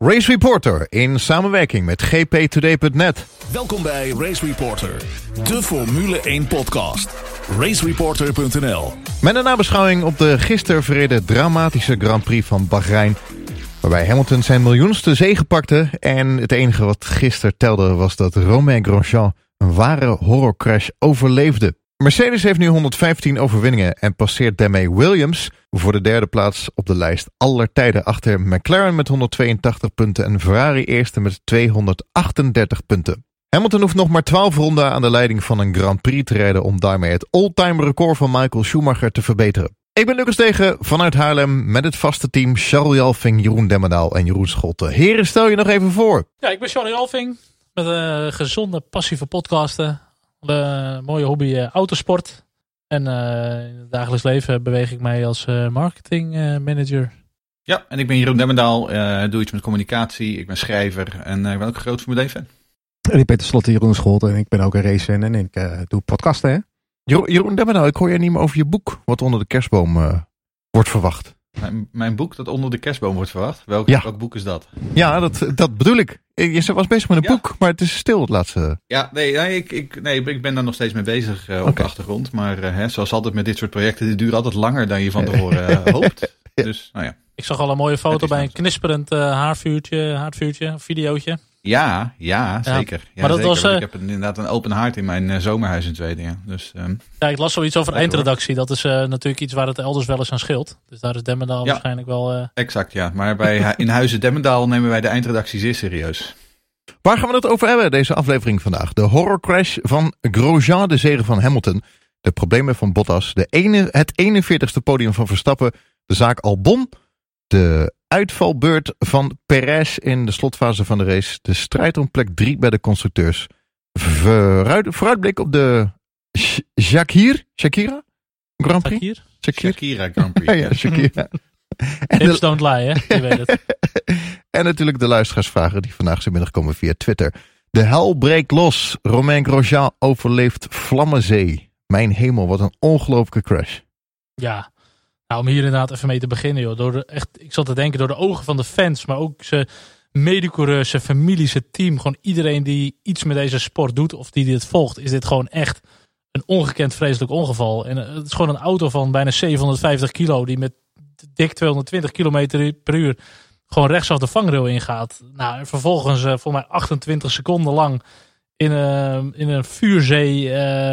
Race Reporter in samenwerking met gptoday.net. Welkom bij Race Reporter, de Formule 1 podcast. Racereporter.nl. Met een nabeschouwing op de gisteren verreden dramatische Grand Prix van Bahrein, waarbij Hamilton zijn miljoenste zege pakte. En het enige wat gisteren telde was dat Romain Grosjean een ware horrorcrash overleefde. Mercedes heeft nu 115 overwinningen en passeert daarmee Williams voor de derde plaats op de lijst aller tijden, achter McLaren met 182 punten en Ferrari eerste met 238 punten. Hamilton hoeft nog maar 12 ronden aan de leiding van een Grand Prix te rijden om daarmee het all-time record van Michael Schumacher te verbeteren. Ik ben Lucas Degen vanuit Haarlem met het vaste team Charles Jalving, Jeroen Demmendaal en Jeroen Scholte. Heren, stel je nog even voor. Ja, ik ben Charles Jalving met een gezonde, passieve podcasten. De mooie hobby autosport. En in het dagelijks leven beweeg ik mij als marketing manager. Ja, en ik ben Jeroen Demmendaal. Doe iets met communicatie. Ik ben schrijver en ik ben ook een groot Formule 1 fan. En ik ben tenslotte Jeroen Scholte en ik ben ook een racefan en ik doe podcasten, hè? Jeroen Demmendaal, ik hoor jij niet meer over je boek wat onder de kerstboom wordt verwacht. Mijn boek dat onder de kerstboom wordt verwacht? Welk boek is dat? Ja, dat bedoel ik. Je was bezig met een boek, maar het is stil het laatste. Ja, ik ben daar nog steeds mee bezig op de achtergrond. Maar zoals altijd met dit soort projecten, die duren altijd langer dan je van tevoren hoopt. Dus, nou ja. Ik zag al een mooie foto bij een knisperend haardvuurtje, videootje. Ja, zeker. Ja, maar dat zeker. was, ik heb inderdaad een open haard in mijn zomerhuis in Zweden. Ja. Dus, ja, ik las zoiets over eindredactie. Dat is natuurlijk iets waar het elders wel eens aan scheelt. Dus daar is Demmendaal waarschijnlijk wel... Exact, ja. Maar in Huizen Demmendaal nemen wij de eindredactie zeer serieus. Waar gaan we het over hebben deze aflevering vandaag? De horrorcrash van Grosjean, de zege van Hamilton. De problemen van Bottas. Het 41ste podium van Verstappen. De zaak Albon. De uitvalbeurt van Perez in de slotfase van de race. De strijd om plek 3 bij de constructeurs. Vooruitblik op de Shakira Grand Prix? Shakira Grand Prix. Ja, Shakira. Hips don't lie, hè? Je weet het. En natuurlijk de luisteraarsvragen die vandaag zijn binnengekomen via Twitter. De hel breekt los. Romain Grosjean overleeft Vlammenzee. Mijn hemel, wat een ongelooflijke crash. Ja. Nou, om hier inderdaad even mee te beginnen, joh. Ik zat te denken door de ogen van de fans, maar ook zijn medecoureurs, zijn familie, zijn team. Gewoon iedereen die iets met deze sport doet of die dit volgt, is dit gewoon echt een ongekend vreselijk ongeval. En het is gewoon een auto van bijna 750 kilo die met dik 220 kilometer per uur gewoon rechtsaf de vangrail ingaat. Nou, en vervolgens voor mij 28 seconden lang in een vuurzee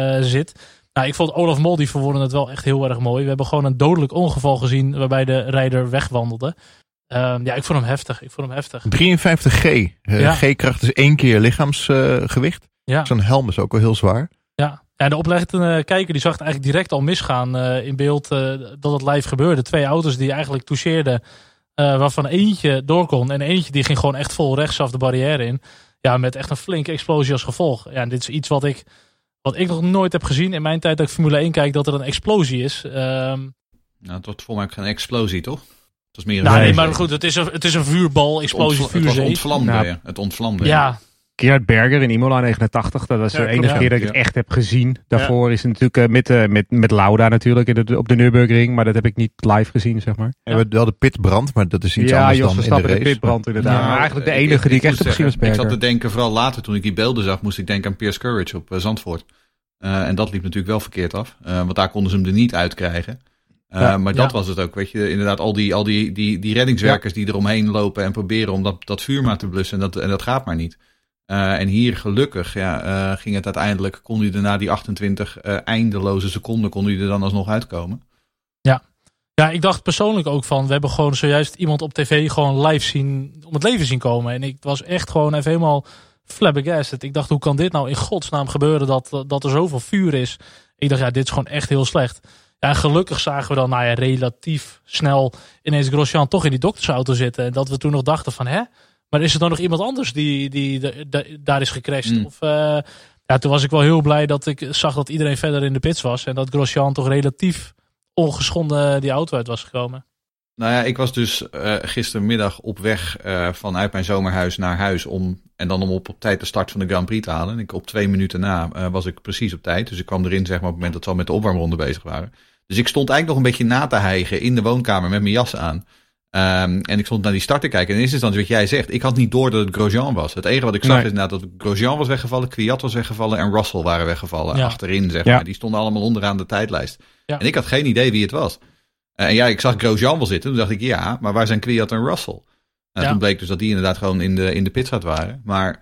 zit. Nou, ik vond Olaf Mol, die verwoordde het wel echt heel erg mooi. We hebben gewoon een dodelijk ongeval gezien waarbij de rijder wegwandelde. Ja, ik vond hem heftig. 53G. G-kracht is 1 keer lichaamsgewicht. Zo'n helm is ook wel heel zwaar. Ja, en de oplettende kijker die zag het eigenlijk direct al misgaan in beeld dat het live gebeurde. 2 auto's die eigenlijk toucheerden, waarvan eentje door kon. En eentje die ging gewoon echt vol rechtsaf de barrière in. Ja, met echt een flinke explosie als gevolg. Ja, en dit is iets wat ik nog nooit heb gezien in mijn tijd dat ik Formule 1 kijk, dat er een explosie is. Nou, het wordt volgens mij ook geen explosie, toch? Het was meer nee, maar goed, het is een vuurbal, explosie, vuurzee. Het ontvlamde. Ja. Gerhard Berger in Imola 89, dat was de enige keer dat ik het echt heb gezien. Daarvoor is het natuurlijk met Lauda natuurlijk op de Nürburgring, maar dat heb ik niet live gezien, zeg maar. Ja. We hebben wel de pitbrand, maar dat is iets anders dan in de race. De pitbrand inderdaad. Maar eigenlijk de enige die ik echt heb gezien was Berger. Ik zat te denken, vooral later toen ik die beelden zag, moest ik denken aan Pierce Courage op Zandvoort. En dat liep natuurlijk wel verkeerd af, want daar konden ze hem er niet uitkrijgen. Maar dat was het ook, weet je, inderdaad al die reddingswerkers die eromheen lopen en proberen om dat vuur maar te blussen en dat gaat maar niet. En hier gelukkig ging het uiteindelijk, kon hij er na die 28 eindeloze seconden, kon hij er dan alsnog uitkomen. Ja, ik dacht persoonlijk ook van, we hebben gewoon zojuist iemand op tv gewoon live om het leven zien komen. En ik was echt gewoon even helemaal flabbergasted. Ik dacht, hoe kan dit nou in godsnaam gebeuren dat er zoveel vuur is? Ik dacht, dit is gewoon echt heel slecht. Ja, en gelukkig zagen we dan relatief snel ineens Grosjean toch in die doktersauto zitten. En dat we toen nog dachten van, maar is er dan nog iemand anders die daar is gecrashed? Of, toen was ik wel heel blij dat ik zag dat iedereen verder in de pits was. En dat Grosjean toch relatief ongeschonden die auto uit was gekomen. Nou ja, ik was dus gistermiddag op weg vanuit mijn zomerhuis naar huis om op tijd de start van de Grand Prix te halen. En op 2 minuten na was ik precies op tijd. Dus ik kwam erin zeg maar op het moment dat ze al met de opwarmronde bezig waren. Dus ik stond eigenlijk nog een beetje na te hijgen in de woonkamer met mijn jas aan. En ik stond naar die start te kijken. En in eerste instantie, wat jij zegt, ik had niet door dat het Grosjean was. Het enige wat ik zag is inderdaad dat Grosjean was weggevallen, Kwiat was weggevallen en Russell waren weggevallen. Achterin, zeg maar. Die stonden allemaal onderaan de tijdlijst. Ja. En ik had geen idee wie het was. En ik zag Grosjean wel zitten. Toen dacht ik, maar waar zijn Kwiat en Russell? Toen bleek dus dat die inderdaad gewoon in de pitstraat waren. Maar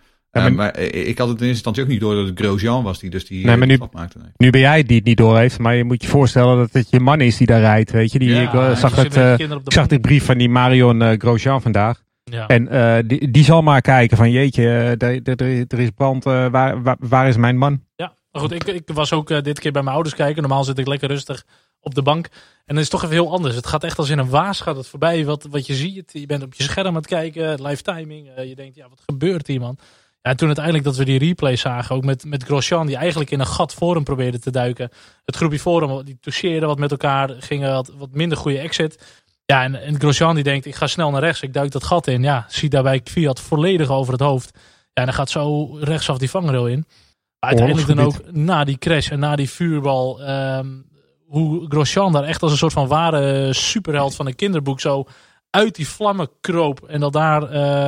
ik had het in eerste instantie ook niet door dat het Grosjean was die stap maakte. Nee. Nu ben jij die het niet door heeft, maar je moet je voorstellen dat het je man is die daar rijdt. Weet je? Ik zag die brief van die Marion Grosjean vandaag. Ja. En die zal maar kijken van jeetje, er is brand, waar is mijn man? Ja, maar goed, ik was ook dit keer bij mijn ouders kijken. Normaal zit ik lekker rustig op de bank. En dan is het toch even heel anders. Het gaat echt als in een waas gaat het voorbij wat je ziet. Je bent op je scherm aan het kijken, live timing. Je denkt, wat gebeurt hier, man? Ja, toen uiteindelijk dat we die replay zagen, ook met Grosjean, die eigenlijk in een gat voor hem probeerde te duiken. Het groepje voor hem, die toucheerden wat met elkaar, gingen wat minder goede exit. Ja, en Grosjean die denkt, ik ga snel naar rechts, ik duik dat gat in. Ja, ziet daarbij Kwiat volledig over het hoofd. Ja, en dan gaat zo rechtsaf die vangrail in. Maar uiteindelijk dan ook na die crash en na die vuurbal, hoe Grosjean daar echt als een soort van ware superheld van een kinderboek zo uit die vlammen kroop. En dat daar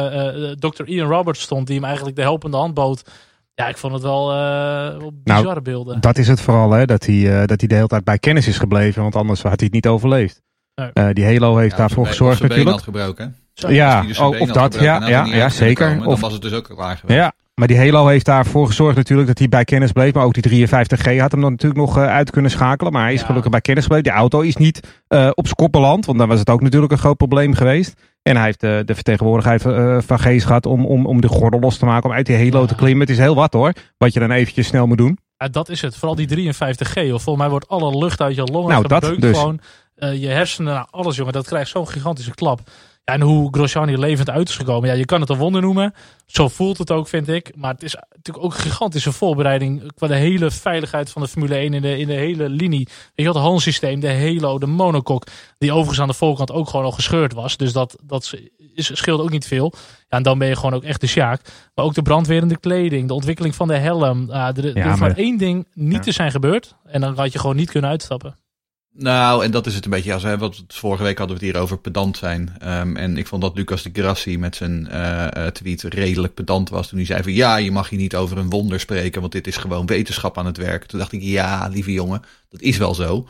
Dr. Ian Roberts stond, die hem eigenlijk de helpende hand bood. Ja, ik vond het wel bizarre beelden. Dat is het vooral, hè, dat hij de hele tijd bij kennis is gebleven. Want anders had hij het niet overleefd. Nee. Die Halo heeft daarvoor gezorgd natuurlijk. Had gebroken. Ja, of dat. Ja, zeker. Dan was het dus ook klaar geweest. Ja. Maar die Halo heeft daarvoor gezorgd natuurlijk dat hij bij kennis bleef. Maar ook die 53G had hem dan natuurlijk nog uit kunnen schakelen. Maar hij is gelukkig bij kennis gebleven. Die auto is niet op zijn kop beland. Want dan was het ook natuurlijk een groot probleem geweest. En hij heeft de vertegenwoordigheid van Gees gehad om de gordel los te maken. Om uit die Halo te klimmen. Het is heel wat hoor. Wat je dan eventjes snel moet doen. Ja, dat is het. Vooral die 53G. Volgens mij wordt alle lucht uit je longen gebeukt. Dus. Gewoon je hersenen, alles jongen. Dat krijgt zo'n gigantische klap. Ja, en hoe Grosjean hier levend uit is gekomen. Ja, je kan het een wonder noemen. Zo voelt het ook, vind ik. Maar het is natuurlijk ook een gigantische voorbereiding qua de hele veiligheid van de Formule 1 in de hele linie. Weet je wat, het handsysteem, de Halo, de monocoque, die overigens aan de voorkant ook gewoon al gescheurd was. Dus dat scheelt ook niet veel. Ja, en dan ben je gewoon ook echt de sjaak. Maar ook de brandwerende kleding, de ontwikkeling van de helm. Er hoeft maar één ding niet te zijn gebeurd. En dan had je gewoon niet kunnen uitstappen. Nou, en dat is het een beetje, wat vorige week hadden we het hier over pedant zijn. En ik vond dat Lucas de Grassi met zijn tweet redelijk pedant was. Toen hij zei van je mag hier niet over een wonder spreken, want dit is gewoon wetenschap aan het werk. Toen dacht ik, lieve jongen, dat is wel zo.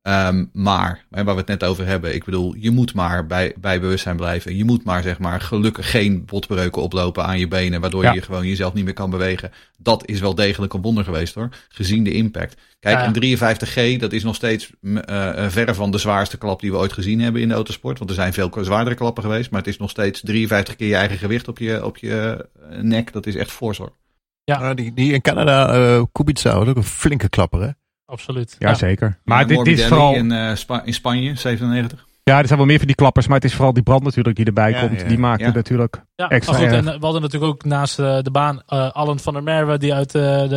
Maar, waar we het net over hebben, ik bedoel, je moet maar bij bewustzijn blijven. Je moet maar, zeg maar, gelukkig geen botbreuken oplopen aan je benen, waardoor je gewoon jezelf niet meer kan bewegen. Dat is wel degelijk een wonder geweest hoor, gezien de impact. Kijk, een 53G, dat is nog steeds verre van de zwaarste klap die we ooit gezien hebben in de autosport. Want er zijn veel zwaardere klappen geweest, maar het is nog steeds 53 keer je eigen gewicht op je nek. Dat is echt fors hoor. Ja, die in Canada, Kubica, was ook een flinke klapper hè? Absoluut. Ja, zeker. Maar dit is vooral in Spanje, 97. Ja, er zijn wel meer van die klappers, maar het is vooral die brand natuurlijk die erbij komt. Die maakt het natuurlijk extra goed, en we hadden natuurlijk ook naast de baan Allen van der Merwe die uit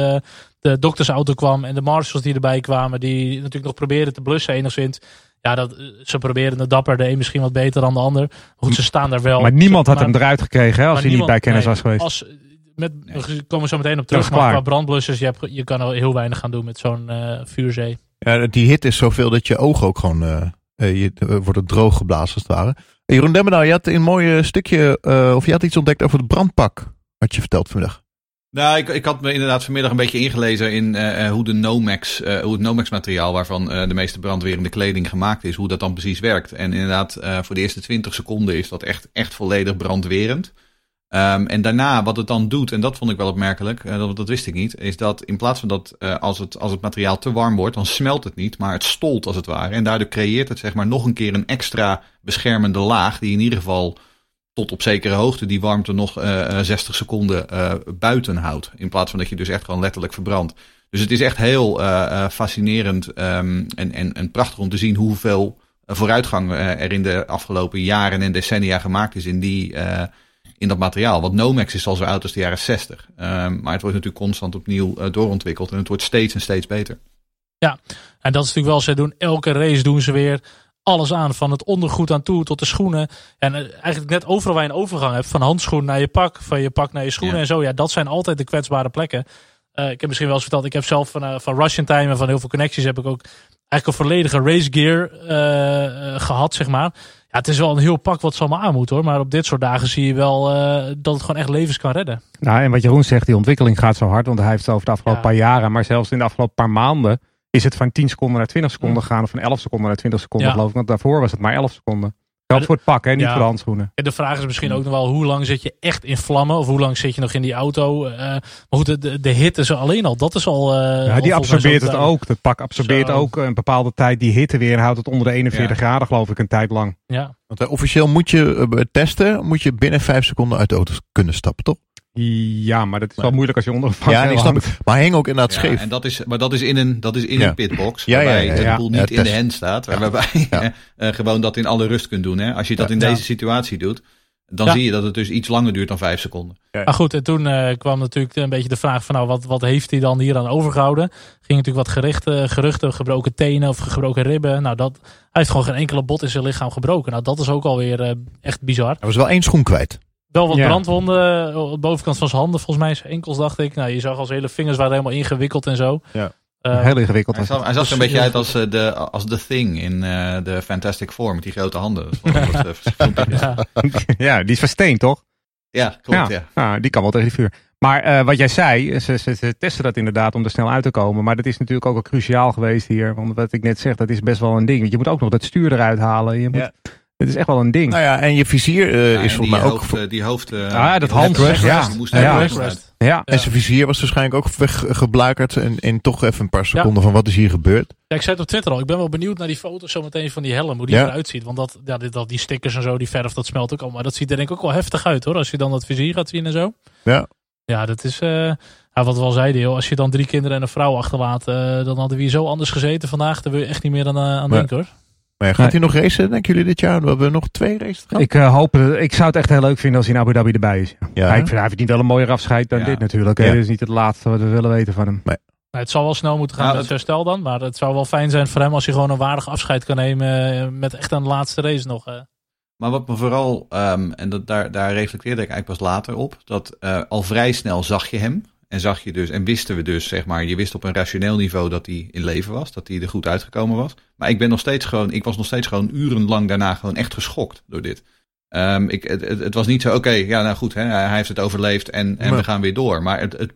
de doktersauto kwam. En de marshals die erbij kwamen, die natuurlijk nog probeerden te blussen enigszins. Ja, ze proberen het dapper. De een misschien wat beter dan de ander. Goed, ze staan daar wel. Maar niemand had hem eruit gekregen hè, als hij niet bij kennis was geweest. We komen zo meteen op terug, maar qua brandblussers, je kan al heel weinig gaan doen met zo'n vuurzee. Ja, die hit is zoveel dat je ogen ook gewoon wordt het droog geblazen als het ware. Jeroen Demmenau, je had een mooi stukje, of je had iets ontdekt over het brandpak, wat je verteld vanmiddag. Nou, ik had me inderdaad vanmiddag een beetje ingelezen in hoe het Nomex materiaal, waarvan de meeste brandwerende kleding gemaakt is, hoe dat dan precies werkt. En inderdaad, voor de eerste 20 seconden is dat echt volledig brandwerend. En daarna, wat het dan doet, en dat vond ik wel opmerkelijk, dat wist ik niet, is dat in plaats van dat als het materiaal te warm wordt, dan smelt het niet, maar het stolt als het ware. En daardoor creëert het zeg maar nog een keer een extra beschermende laag, die in ieder geval tot op zekere hoogte die warmte nog 60 seconden buiten houdt. In plaats van dat je dus echt gewoon letterlijk verbrandt. Dus het is echt heel fascinerend en prachtig om te zien hoeveel vooruitgang er in de afgelopen jaren en decennia gemaakt is in dat materiaal. Want Nomex is al zo oud als de jaren 60. Maar het wordt natuurlijk constant opnieuw doorontwikkeld. En het wordt steeds en steeds beter. Ja, en dat is natuurlijk wel, ze doen elke race doen ze weer alles aan. Van het ondergoed aan toe tot de schoenen. En eigenlijk net overal waar je een overgang hebt. Van handschoen naar je pak. Van je pak naar je schoenen en zo. Ja, dat zijn altijd de kwetsbare plekken. Ik heb misschien wel eens verteld. Ik heb zelf van Russian Time en van heel veel connecties heb ik ook eigenlijk een volledige race gear gehad, zeg maar. het is wel een heel pak wat ze allemaal aan moeten hoor. Maar op dit soort dagen zie je wel dat het gewoon echt levens kan redden. Nou, en wat Jeroen zegt, die ontwikkeling gaat zo hard. Want hij heeft het over de afgelopen paar jaren. Maar zelfs in de afgelopen paar maanden is het van 10 seconden naar 20 seconden gegaan. Of van 11 seconden naar 20 seconden geloof ik. Want daarvoor was het maar 11 seconden. Geldt voor het pak, hè? Niet voor de handschoenen. En de vraag is misschien ook nog wel, hoe lang zit je echt in vlammen? Of hoe lang zit je nog in die auto? Maar goed, de hitte is alleen al. Dat is al... die absorbeert het ook. Het pak absorbeert ook een bepaalde tijd die hitte weer. En houdt het onder de 41 graden geloof ik een tijd lang. Ja. Want officieel moet je testen. Moet je binnen 5 seconden uit de auto kunnen stappen, toch? Ja, maar dat is wel moeilijk als je onder een vangrail hangt. Ja, ik snap het. Maar hij hing ook inderdaad scheef. En dat is in een pitbox. Waarbij het boel niet in de hand staat. Waarbij je gewoon dat in alle rust kunt doen. Hè? Als je dat in deze situatie doet, dan zie je dat het dus iets langer duurt dan 5 seconden. Ja. Maar goed, en toen kwam natuurlijk een beetje de vraag van wat heeft hij dan hier aan overgehouden? Ging natuurlijk wat geruchten, gebroken tenen of gebroken ribben. Nou, hij heeft gewoon geen enkele bot in zijn lichaam gebroken. Nou, dat is ook alweer echt bizar. Hij was wel 1 schoen kwijt. Wel wat brandwonden op de bovenkant van zijn handen, volgens mij zijn enkels, dacht ik. Nou, je zag al zijn hele vingers waren helemaal ingewikkeld en zo. Ja. Heel ingewikkeld. Hij zag er een beetje uit als The Thing in de Fantastic Four met die grote handen. Ja, die is versteend, toch? Ja, klopt. Ja. Nou, die kan wel tegen die vuur. Maar wat jij zei, ze testen dat inderdaad om er snel uit te komen. Maar dat is natuurlijk ook al cruciaal geweest hier. Want wat ik net zeg, dat is best wel een ding. Want je moet ook nog dat stuur eruit halen. Je moet... Het is echt wel een ding. Nou ja, en je vizier is volgens mij ook... Die hoofd... dat handrest. Ja. En zijn vizier was waarschijnlijk ook weggebluikerd. En toch even een paar seconden van wat is hier gebeurd. Ja, ik zei het op Twitter al. Ik ben wel benieuwd naar die foto's zometeen van die helm. Hoe die eruit ziet. Want die stickers en zo, die verf, dat smelt ook allemaal. Maar dat ziet er denk ik ook wel heftig uit hoor. Als je dan dat vizier gaat zien en zo. Ja. Ja, dat is... wat we al zeiden, joh. Als je dan 3 kinderen en een vrouw achterlaat. Dan hadden we hier zo anders gezeten vandaag. Daar wil je echt niet meer aan denken hoor. Maar gaat hij nog racen, denken jullie, dit jaar? We hebben nog 2 races gehad. Ik zou het echt heel leuk vinden als hij in Abu Dhabi erbij is. Ja. Hij verdient wel een mooier afscheid dan dit natuurlijk. Ja. Dit is niet het laatste wat we willen weten van hem. Nee. Het zal wel snel moeten gaan met het herstel dan. Maar het zou wel fijn zijn voor hem als hij gewoon een waardig afscheid kan nemen. Met echt een laatste race nog. Maar wat me vooral, daar reflecteerde ik eigenlijk pas later op. Dat al vrij snel zag je hem. En wisten we dus, zeg maar, je wist op een rationeel niveau dat hij in leven was. Dat hij er goed uitgekomen was. Maar ik was nog steeds gewoon urenlang daarna gewoon echt geschokt door dit. Het was niet zo, nou goed, hè, hij heeft het overleefd en we gaan weer door. Maar het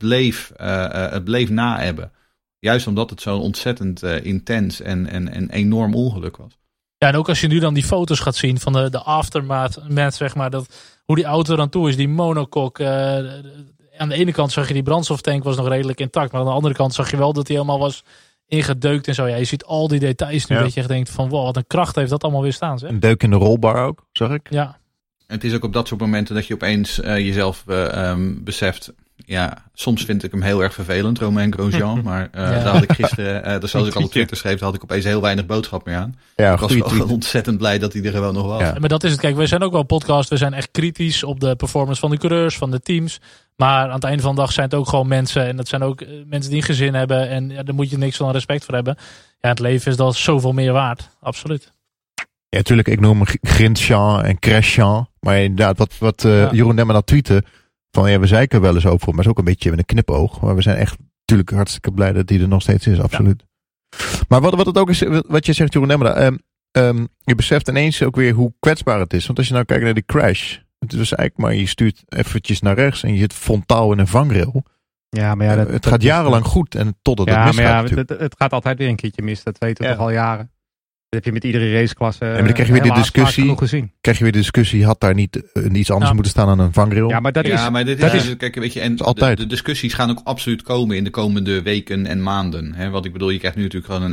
bleef na-ebben. Juist omdat het zo ontzettend intens en enorm ongeluk was. Ja, en ook als je nu dan die foto's gaat zien van de aftermath, zeg maar, hoe die auto er aan toe is, die monocoque. Aan de ene kant zag je die brandstoftank was nog redelijk intact. Maar aan de andere kant zag je wel dat hij helemaal was ingedeukt en zo. Ja, je ziet al die details nu dat je echt denkt van wow, wat een kracht heeft dat allemaal weer staan. Zeg. Een deuk in de rolbar ook, zag ik. Ja. Het is ook op dat soort momenten dat je opeens jezelf beseft. Ja, soms vind ik hem heel erg vervelend, Romain Grosjean. Maar daar had ik gisteren, zoals ik al op Twitter schreef, had ik opeens heel weinig boodschap meer aan. Ja, ik was wel ontzettend blij dat hij er gewoon nog was. Ja. Maar dat is het. Kijk, wij zijn ook wel een podcast. We zijn echt kritisch op de performance van de coureurs, van de teams. Maar aan het einde van de dag zijn het ook gewoon mensen. En dat zijn ook mensen die een gezin hebben. En daar moet je niks van respect voor hebben. Ja, het leven is dan zoveel meer waard. Absoluut. Ja, natuurlijk. Ik noem Grosjean en Crashan. Maar inderdaad, wat Jeroen Demmer dat tweette. Van we zeiken wel eens over, maar is ook een beetje met een knipoog. Maar we zijn echt natuurlijk hartstikke blij dat die er nog steeds is, absoluut. Ja. Maar wat het ook is, wat je zegt, Jeroen Demmer, je beseft ineens ook weer hoe kwetsbaar het is. Want als je nou kijkt naar die crash, het is eigenlijk maar je stuurt eventjes naar rechts en je zit frontaal in een vangrail. Ja, maar het gaat jarenlang goed en totdat het misgaat. Ja, het gaat altijd weer een keertje mis, dat weten we toch al jaren. Dat heb je met iedere raceklasse. En dan krijg je weer de discussie. Had daar niet iets anders moeten staan aan een vangrail? Ja, maar dat is. Kijk, weet je, en de discussies gaan ook absoluut komen in de komende weken en maanden. Hè? Wat ik bedoel, je krijgt nu natuurlijk gewoon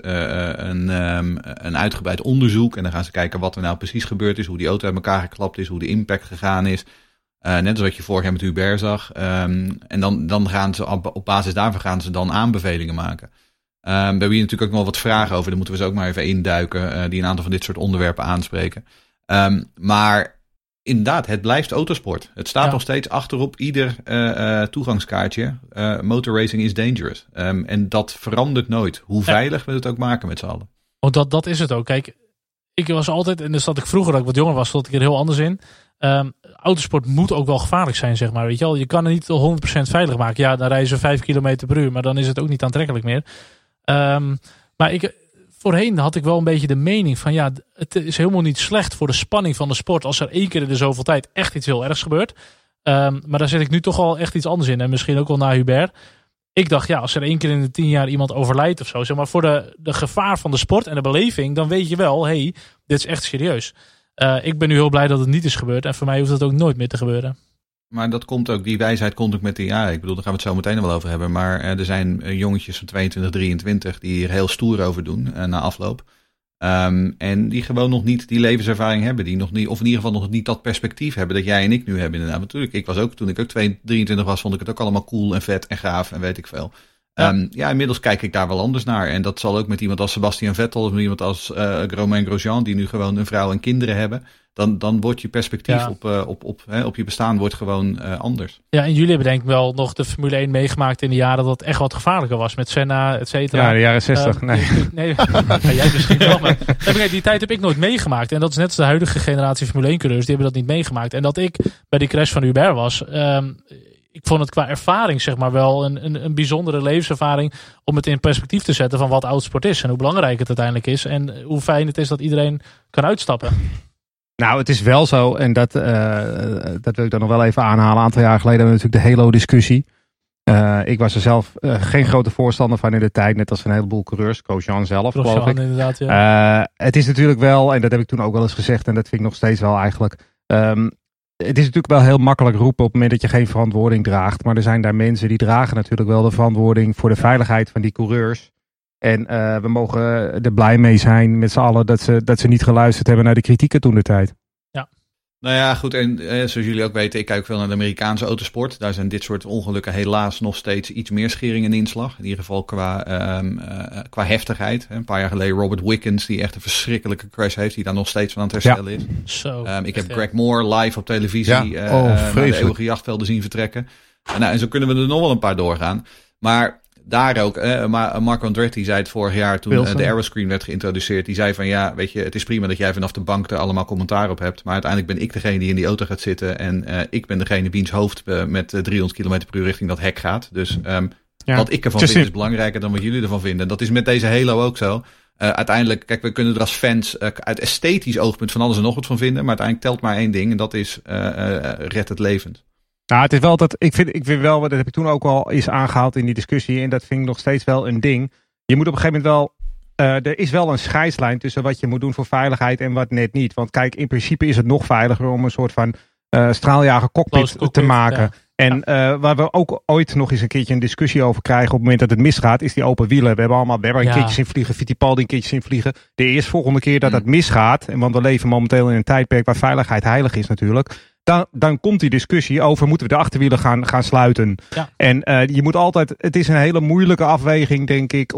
een uitgebreid onderzoek. En dan gaan ze kijken wat er nou precies gebeurd is. Hoe die auto uit elkaar geklapt is. Hoe de impact gegaan is. Net als wat je vorig jaar met Hubert zag. En dan gaan ze op basis daarvan gaan ze dan aanbevelingen maken. We hebben hier natuurlijk ook nog wat vragen over. Daar moeten we ze ook maar even induiken. Die een aantal van dit soort onderwerpen aanspreken. Maar inderdaad, het blijft autosport. Het staat nog steeds achterop ieder toegangskaartje. Motorracing is dangerous. En dat verandert nooit. Hoe veilig we het ook maken met z'n allen. Want dat is het ook. Kijk, ik was altijd, en dus dat ik vroeger dat ik wat jonger was, stond ik er heel anders in. Autosport moet ook wel gevaarlijk zijn, zeg maar. Weet je wel? Je kan het niet 100% veilig maken. Ja, dan rijden ze 5 km/h, maar dan is het ook niet aantrekkelijk meer. Maar voorheen had ik wel een beetje de mening van het is helemaal niet slecht voor de spanning van de sport als er 1 keer in de zoveel tijd echt iets heel ergs gebeurt. Maar daar zit ik nu toch al echt iets anders in. En misschien ook wel na Hubert. Ik dacht, als er 1 keer in de 10 jaar iemand overlijdt of zo, zeg maar voor de gevaar van de sport en de beleving, dan weet je wel, dit is echt serieus. Ik ben nu heel blij dat het niet is gebeurd en voor mij hoeft dat ook nooit meer te gebeuren. Maar dat komt ook, die wijsheid komt ook met ik bedoel, daar gaan we het zo meteen nog wel over hebben. Maar er zijn jongetjes van 22, 23 die hier heel stoer over doen na afloop. En die gewoon nog niet die levenservaring hebben. Die nog niet, of in ieder geval nog niet dat perspectief hebben dat jij en ik nu hebben inderdaad. Natuurlijk, toen ik ook 23 was, vond ik het ook allemaal cool en vet en gaaf en weet ik veel. Inmiddels kijk ik daar wel anders naar. En dat zal ook met iemand als Sebastian Vettel of met iemand als Romain Grosjean, die nu gewoon een vrouw en kinderen hebben. Dan wordt je perspectief op je bestaan wordt gewoon anders. Ja, en jullie hebben denk ik wel nog de Formule 1 meegemaakt in de jaren dat het echt wat gevaarlijker was met Senna, et cetera. Ja, de jaren 60. Nee, jij misschien wel. Maar die tijd heb ik nooit meegemaakt. En dat is net als de huidige generatie Formule 1 coureurs, die hebben dat niet meegemaakt. En dat ik bij die crash van Hubert was, ik vond het qua ervaring zeg maar wel een bijzondere levenservaring om het in perspectief te zetten van wat oudsport is en hoe belangrijk het uiteindelijk is en hoe fijn het is dat iedereen kan uitstappen. Nou, het is wel zo, en dat wil ik dan nog wel even aanhalen. Een aantal jaar geleden hebben we natuurlijk de Halo-discussie. Ik was er zelf geen grote voorstander van in de tijd, net als een heleboel coureurs. Grosjean zelf, geloof ik. Inderdaad, ja. Het is natuurlijk wel, en dat heb ik toen ook wel eens gezegd, en dat vind ik nog steeds wel eigenlijk. Het is natuurlijk wel heel makkelijk roepen op het moment dat je geen verantwoording draagt. Maar er zijn daar mensen die dragen natuurlijk wel de verantwoording voor de veiligheid van die coureurs. En we mogen er blij mee zijn met z'n allen dat ze niet geluisterd hebben naar de kritieken toen de tijd. Ja. Nou ja, goed. En zoals jullie ook weten, ik kijk veel naar de Amerikaanse autosport. Daar zijn dit soort ongelukken helaas nog steeds iets meer schering en inslag. In ieder geval qua heftigheid. Een paar jaar geleden Robert Wickens, die echt een verschrikkelijke crash heeft. Die daar nog steeds van aan het herstellen is. Ik heb Greg Moore live op televisie naar de eeuwige jachtvelden zien vertrekken. En zo kunnen we er nog wel een paar doorgaan. Maar daar ook, Marco Andretti zei het vorig jaar toen de Aeroscreen werd geïntroduceerd. Die zei van weet je, het is prima dat jij vanaf de bank er allemaal commentaar op hebt. Maar uiteindelijk ben ik degene die in die auto gaat zitten. En ik ben degene wiens hoofd met 300 km per uur richting dat hek gaat. Dus wat ik ervan vind is belangrijker dan wat jullie ervan vinden. En dat is met deze Halo ook zo. Uiteindelijk, kijk, we kunnen er als fans uit esthetisch oogpunt van alles en nog wat van vinden. Maar uiteindelijk telt maar één ding en dat is red het levend. Nou, het is wel dat ik vind wel, dat heb ik toen ook al eens aangehaald in die discussie. En dat vind ik nog steeds wel een ding. Je moet op een gegeven moment wel, er is wel een scheidslijn tussen wat je moet doen voor veiligheid en wat net niet. Want kijk, in principe is het nog veiliger om een soort van straaljager cockpit te maken. Ja. En waar we ook ooit nog eens een keertje een discussie over krijgen op het moment dat het misgaat, is die open wielen. We hebben een keertje zien vliegen, Fittipaldi een keertje zien vliegen. De eerstvolgende keer dat het misgaat, en want we leven momenteel in een tijdperk waar veiligheid heilig is natuurlijk. Dan komt die discussie over, moeten we de achterwielen gaan sluiten. Ja. En je moet altijd, het is een hele moeilijke afweging, denk ik,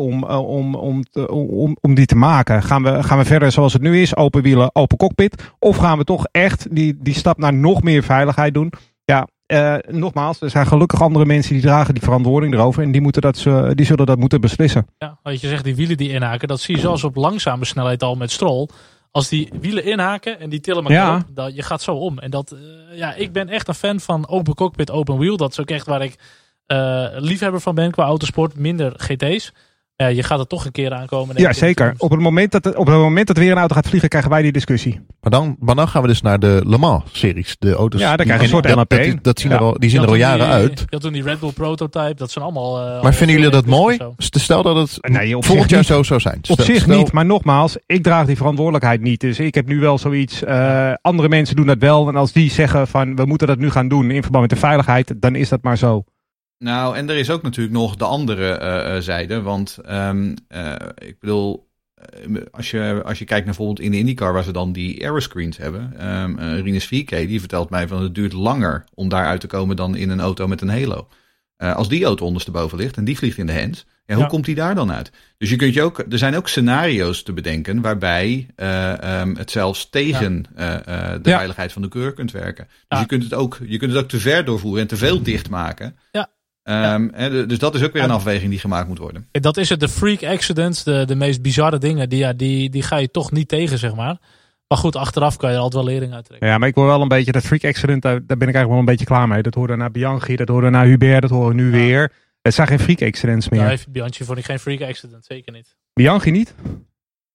om die te maken. Gaan we verder zoals het nu is, open wielen, open cockpit? Of gaan we toch echt die stap naar nog meer veiligheid doen? Ja, nogmaals, er zijn gelukkig andere mensen die dragen die verantwoording erover. En die zullen dat moeten beslissen. Ja, wat je zegt, die wielen die inhaken, dat zie je zelfs op langzame snelheid al met Stroll. Als die wielen inhaken en die tillen elkaar op, je gaat zo om. En dat, ik ben echt een fan van open cockpit, open wheel. Dat is ook echt waar ik liefhebber van ben qua autosport. Minder GT's. Je gaat er toch een keer aankomen. Ja, zeker. Op het moment dat weer een auto gaat vliegen, krijgen wij die discussie. Maar dan gaan we dus naar de Le Mans-series. De auto's. Ja, daar krijg je een soort LMP. Die zien er al jaren uit. Je had toen die Red Bull prototype. Dat zijn allemaal... maar vinden jullie dat mooi? Stel dat het volgend jaar zo zou zijn. Op zich niet. Maar nogmaals, ik draag die verantwoordelijkheid niet. Dus ik heb nu wel zoiets... andere mensen doen dat wel. En als die zeggen van, we moeten dat nu gaan doen in verband met de veiligheid, dan is dat maar zo. Nou, en er is ook natuurlijk nog de andere zijde. Want ik bedoel, als je kijkt naar bijvoorbeeld in de IndyCar waar ze dan die aeroscreens hebben. Rinus VK, die vertelt mij van het duurt langer om daar uit te komen dan in een auto met een Halo. Als die auto ondersteboven ligt en die vliegt in de hands, hoe komt die daar dan uit? Dus er zijn ook scenario's te bedenken waarbij het zelfs tegen de veiligheid van de coureur kunt werken. Dus je kunt het ook te ver doorvoeren en te veel dicht maken. Ja. Dus dat is ook weer een afweging die gemaakt moet worden. Dat is het, de freak accidents, de meest bizarre dingen, die ga je toch niet tegen, zeg maar. Maar goed, achteraf kan je er altijd wel lering uit trekken. Ja, maar ik hoor wel een beetje dat freak accident, daar ben ik eigenlijk wel een beetje klaar mee. Dat hoorde naar Bianchi, dat hoorde naar Hubert, dat horen we nu weer. Het zijn geen freak accidents meer. Ja, Bianchi vond ik geen freak accident, zeker niet. Bianchi niet?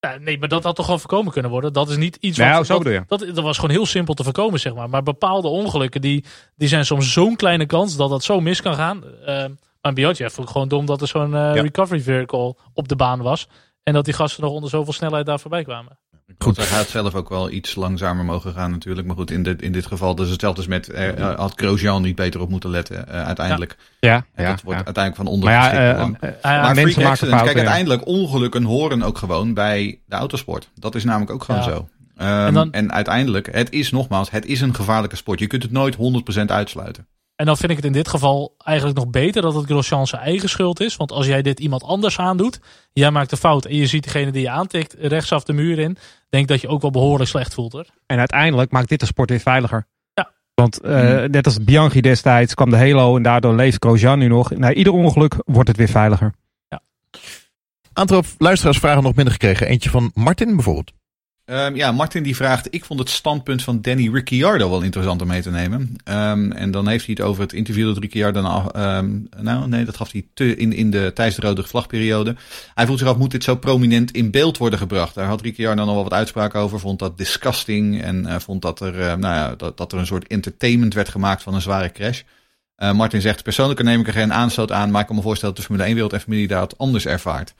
Nee, maar dat had toch gewoon voorkomen kunnen worden? Dat is niet iets dat was gewoon heel simpel te voorkomen, zeg maar. Maar bepaalde ongelukken, die zijn soms zo'n kleine kans dat dat zo mis kan gaan. Maar Biotje vond ik gewoon dom dat er zo'n recovery vehicle op de baan was. En dat die gasten nog onder zoveel snelheid daar voorbij kwamen. Goed, hij had zelf ook wel iets langzamer mogen gaan natuurlijk. Maar goed, in dit geval, dus hetzelfde als met, had Grosjean niet beter op moeten letten uiteindelijk. Ja. Dat wordt uiteindelijk van ondergeschikt belang. Maar freak accidents, kijk, uiteindelijk ongelukken horen ook gewoon bij de autosport. Dat is namelijk ook gewoon zo. En uiteindelijk, het is een gevaarlijke sport. Je kunt het nooit 100% uitsluiten. En dan vind ik het in dit geval eigenlijk nog beter dat het Grosjean zijn eigen schuld is. Want als jij dit iemand anders aandoet, jij maakt een fout en je ziet degene die je aantikt rechtsaf de muur in, denk dat je ook wel behoorlijk slecht voelt. Hoor. En uiteindelijk maakt dit de sport weer veiliger. Ja. Want net als Bianchi destijds kwam de Halo en daardoor leeft Grosjean nu nog. Na ieder ongeluk wordt het weer veiliger. Ja. Aantal luisteraars vragen nog minder gekregen. Eentje van Martin bijvoorbeeld. Martin die vraagt, ik vond het standpunt van Danny Ricciardo wel interessant om mee te nemen. En dan heeft hij het over het interview dat Ricciardo dat gaf hij tijdens de rode vlagperiode. Hij vroeg zich af, moet dit zo prominent in beeld worden gebracht? Daar had Ricciardo nog wel wat uitspraken over, vond dat disgusting en vond dat er, dat er een soort entertainment werd gemaakt van een zware crash. Martin zegt, persoonlijk neem ik er geen aanstoot aan, maar ik kan me voorstellen dat de Formule 1-wereld en familie daar het anders ervaart.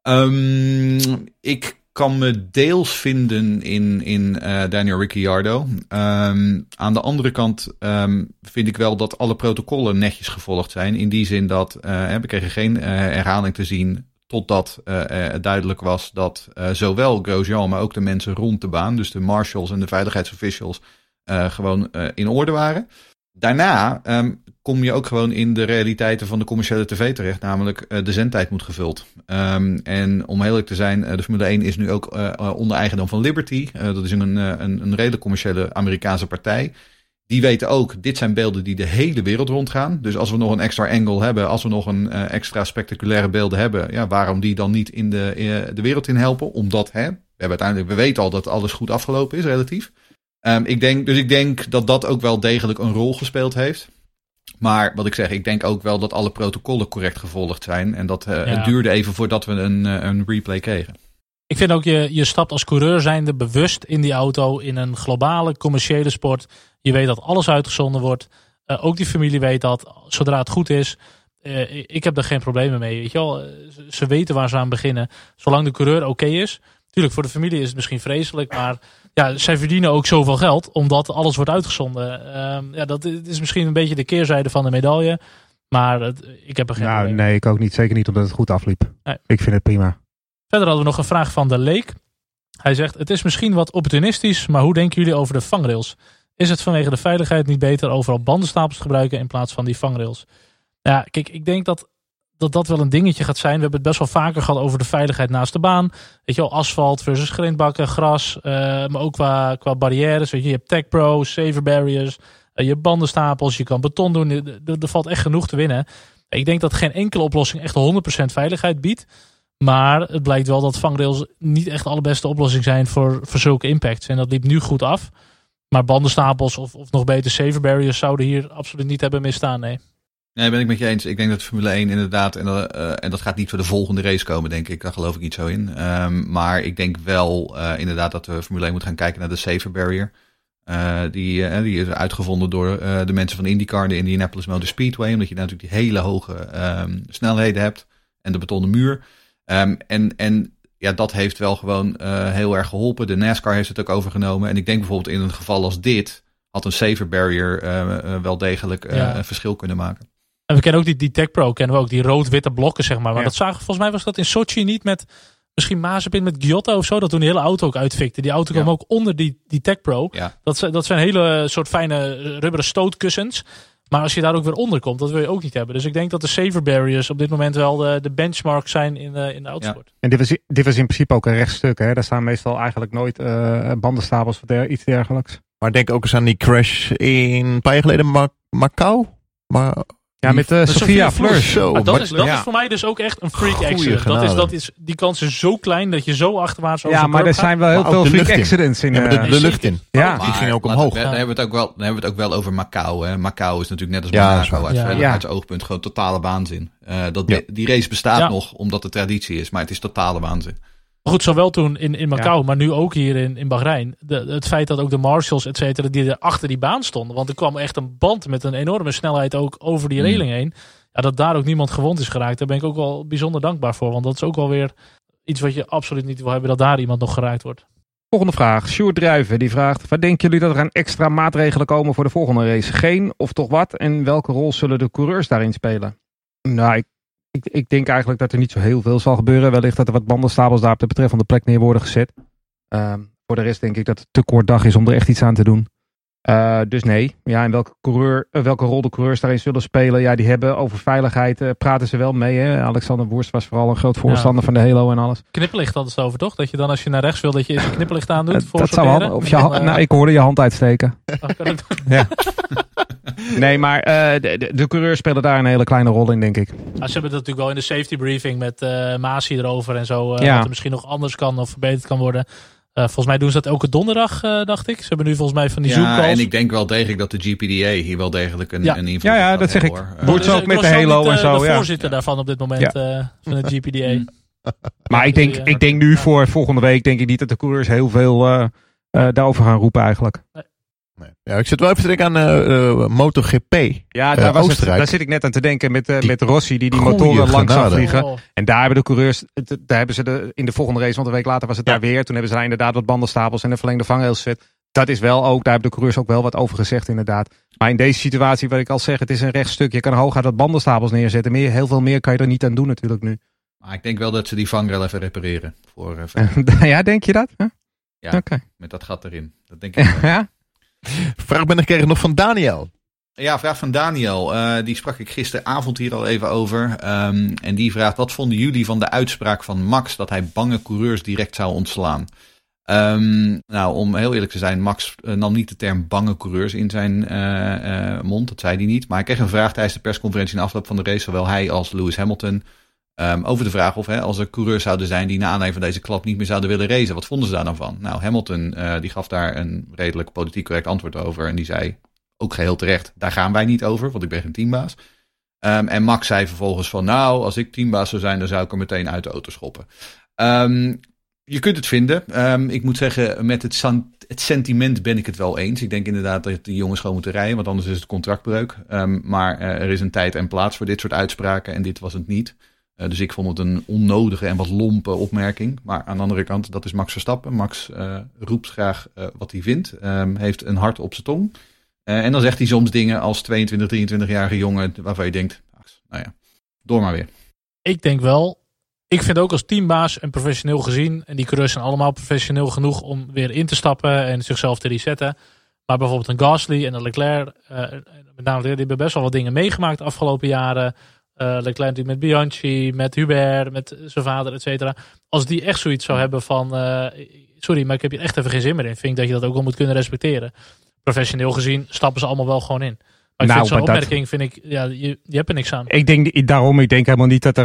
Ik kan me deels vinden in Daniel Ricciardo. Aan de andere kant vind ik wel dat alle protocollen netjes gevolgd zijn. In die zin dat we kregen geen herhaling te zien totdat het duidelijk was dat zowel Grosjean, maar ook de mensen rond de baan, dus de marshals en de veiligheidsofficials, gewoon in orde waren. Daarna kom je ook gewoon in de realiteiten van de commerciële tv terecht. Namelijk de zendtijd moet gevuld. En om heel eerlijk te zijn, de Formule 1 is nu ook onder eigendom van Liberty. Dat is een redelijk commerciële Amerikaanse partij. Die weten ook, dit zijn beelden die de hele wereld rondgaan. Dus als we nog een extra angle hebben, als we nog een extra spectaculaire beelden hebben, ja, waarom die dan niet in de wereld in helpen? Omdat we weten al dat alles goed afgelopen is, relatief. Ik denk dat dat ook wel degelijk een rol gespeeld heeft. Maar wat ik zeg, ik denk ook wel dat alle protocollen correct gevolgd zijn. En dat het duurde even voordat we een replay kregen. Ik vind ook, je stapt als coureur zijnde bewust in die auto in een globale commerciële sport. Je weet dat alles uitgezonden wordt. Ook die familie weet dat, zodra het goed is. Ik heb er geen problemen mee. Weet je wel? Ze weten waar ze aan beginnen. Zolang de coureur oké is. Tuurlijk, voor de familie is het misschien vreselijk, maar ja, zij verdienen ook zoveel geld omdat alles wordt uitgezonden. Dat is misschien een beetje de keerzijde van de medaille, maar ik heb er geen probleem. Nee, ik ook niet. Zeker niet omdat het goed afliep. Nee. Ik vind het prima. Verder hadden we nog een vraag van de Leek. Hij zegt, het is misschien wat opportunistisch, maar hoe denken jullie over de vangrails? Is het vanwege de veiligheid niet beter overal bandenstapels te gebruiken in plaats van die vangrails? Ja, kijk, ik denk dat wel een dingetje gaat zijn. We hebben het best wel vaker gehad over de veiligheid naast de baan. Weet je wel, asfalt versus grindbakken, gras. Maar ook qua barrières. Weet je hebt Tech Pro, saver barriers. Je hebt bandenstapels, je kan beton doen. Er valt echt genoeg te winnen. Ik denk dat geen enkele oplossing echt 100% veiligheid biedt. Maar het blijkt wel dat vangrails niet echt de allerbeste oplossing zijn voor zulke impacts. En dat liep nu goed af. Maar bandenstapels of nog beter saver barriers zouden hier absoluut niet hebben misstaan, nee. Nee, ben ik met je eens. Ik denk dat Formule 1 inderdaad, en dat gaat niet voor de volgende race komen, denk ik. Daar geloof ik niet zo in. Maar ik denk wel inderdaad dat de Formule 1 moet gaan kijken naar de safer barrier. Die is uitgevonden door de mensen van IndyCar, de Indianapolis Motor Speedway. Omdat je natuurlijk die hele hoge snelheden hebt en de betonnen muur. En dat heeft wel gewoon heel erg geholpen. De NASCAR heeft het ook overgenomen. En ik denk bijvoorbeeld in een geval als dit had een safer barrier wel degelijk een verschil kunnen maken. En we kennen ook die Tech Pro, kennen we ook, die rood-witte blokken, zeg maar. Maar dat zagen, volgens mij was dat in Sochi niet met, misschien Mazepin met Giotto of zo, dat toen de hele auto ook uitfikte. Die auto kwam ook onder die Tech Pro. Ja. Dat zijn hele soort fijne rubberen stootkussens. Maar als je daar ook weer onder komt, dat wil je ook niet hebben. Dus ik denk dat de safer barriers op dit moment wel de benchmark zijn in de autosport. Ja. En dit was in principe ook een rechtstuk. Hè? Daar staan meestal eigenlijk nooit bandenstapels of iets dergelijks. Maar denk ook eens aan die crash een paar jaar geleden Macau. Ja, met Sophia Fleurs. Dat is voor mij dus ook echt een freak accident. Die kans is zo klein dat je zo achterwaarts over maar er zijn wel heel veel freak accidents in. De lucht in. Ja, die ging ook omhoog. Dan hebben we het ook wel over Macau. Hè. Macau is natuurlijk net als Monaco uit veiligheidsoogpunt gewoon totale waanzin. Die race bestaat nog omdat het traditie is, maar het is totale waanzin. Maar goed, zowel toen in Macau, maar nu ook hier in Bahrein. Het feit dat ook de marshals, et cetera, die er achter die baan stonden. Want er kwam echt een band met een enorme snelheid ook over die reling heen. Ja, dat daar ook niemand gewond is geraakt. Daar ben ik ook wel bijzonder dankbaar voor. Want dat is ook wel weer iets wat je absoluut niet wil hebben, dat daar iemand nog geraakt wordt. Volgende vraag. Sjoerd Druiven die vraagt: wat denken jullie dat er aan extra maatregelen komen voor de volgende race? Geen of toch wat? En welke rol zullen de coureurs daarin spelen? Nou, ik denk eigenlijk dat er niet zo heel veel zal gebeuren. Wellicht dat er wat bandenstapels daar op de betreffende plek neer worden gezet. Voor de rest denk ik dat het te kort dag is om er echt iets aan te doen. Dus nee. Ja, en welke rol de coureurs daarin zullen spelen? Ja, die hebben over veiligheid praten ze wel mee. Hè? Alexander Woerst was vooral een groot voorstander van de halo en alles. Knipperlicht hadden ze het over, toch? Dat je dan als je naar rechts wil, dat je eerst een knipperlicht aandoet. Dat zou wel. Of ik hoorde je hand uitsteken. Ja. Nee, maar de coureurs spelen daar een hele kleine rol in, denk ik. Ja, ze hebben het natuurlijk wel in de safety briefing met Masi erover en zo. Dat er misschien nog anders kan of verbeterd kan worden. Volgens mij doen ze dat elke donderdag, dacht ik. Ze hebben nu volgens mij van die Zoom-calls. Ja, en ik denk wel degelijk dat de GPDA hier wel degelijk een invloed heeft. Ja, dat zeg ik. Wordt zo ook met de Halo en zo. De voorzitter daarvan op dit moment van de GPDA. Maar ik denk nu voor volgende week denk ik niet dat de coureurs heel veel daarover gaan roepen eigenlijk. Nee. Ja, ik zit wel even te denken aan MotoGP. Ja, daar zit ik net aan te denken met Rossi die motoren langs zag vliegen. En daar hebben de coureurs, daar hebben ze in de volgende race, want een week later was het daar weer. Toen hebben ze daar inderdaad wat bandenstapels en een verlengde vangrails gezet. Dat is wel ook, daar hebben de coureurs ook wel wat over gezegd inderdaad. Maar in deze situatie, wat ik al zeg, het is een rechtstuk. Je kan hooguit wat bandenstapels neerzetten. Heel veel meer kan je er niet aan doen natuurlijk nu. Maar ik denk wel dat ze die vangrail even repareren. Ja, denk je dat? Huh? Ja, met dat gat erin. Dat denk ik wel. Ja? Vraag ben ik gekregen nog van Daniel. Ja, vraag van Daniel. Die sprak ik gisteravond hier al even over. En die vraagt: wat vonden jullie van de uitspraak van Max dat hij bange coureurs direct zou ontslaan? Nou, om heel eerlijk te zijn, Max nam niet de term bange coureurs in zijn mond. Dat zei hij niet. Maar hij kreeg een vraag tijdens de persconferentie in afloop van de race, zowel hij als Lewis Hamilton, over de vraag of als er coureurs zouden zijn die na aanleiding van deze klap niet meer zouden willen racen. Wat vonden ze daar dan van? Nou, Hamilton die gaf daar een redelijk politiek correct antwoord over. En die zei, ook geheel terecht, daar gaan wij niet over, want ik ben geen teambaas. En Max zei vervolgens van, nou, als ik teambaas zou zijn, dan zou ik er meteen uit de auto schoppen. Je kunt het vinden. Ik moet zeggen, met het sentiment ben ik het wel eens. Ik denk inderdaad dat die jongens gewoon moeten rijden, want anders is het contractbreuk. Maar er is een tijd en plaats voor dit soort uitspraken en dit was het niet. Dus ik vond het een onnodige en wat lompe opmerking. Maar aan de andere kant, dat is Max Verstappen. Max roept graag wat hij vindt. Heeft een hart op zijn tong. En dan zegt hij soms dingen als 22, 23-jarige jongen waarvan je denkt, nou ja, door maar weer. Ik denk wel, ik vind ook als teambaas en professioneel gezien, en die coureurs zijn allemaal professioneel genoeg om weer in te stappen en zichzelf te resetten. Maar bijvoorbeeld een Gasly en een Leclerc, met name die hebben best wel wat dingen meegemaakt de afgelopen jaren. Leclerc natuurlijk met Bianchi, met Hubert, met zijn vader, et cetera. Als die echt zoiets zou hebben van, sorry, maar ik heb hier echt even geen zin meer in. Vind ik dat je dat ook wel moet kunnen respecteren. Professioneel gezien stappen ze allemaal wel gewoon in. Maar ik vind zo'n opmerking, vind ik, ja, je hebt er niks aan. Ik denk helemaal niet dat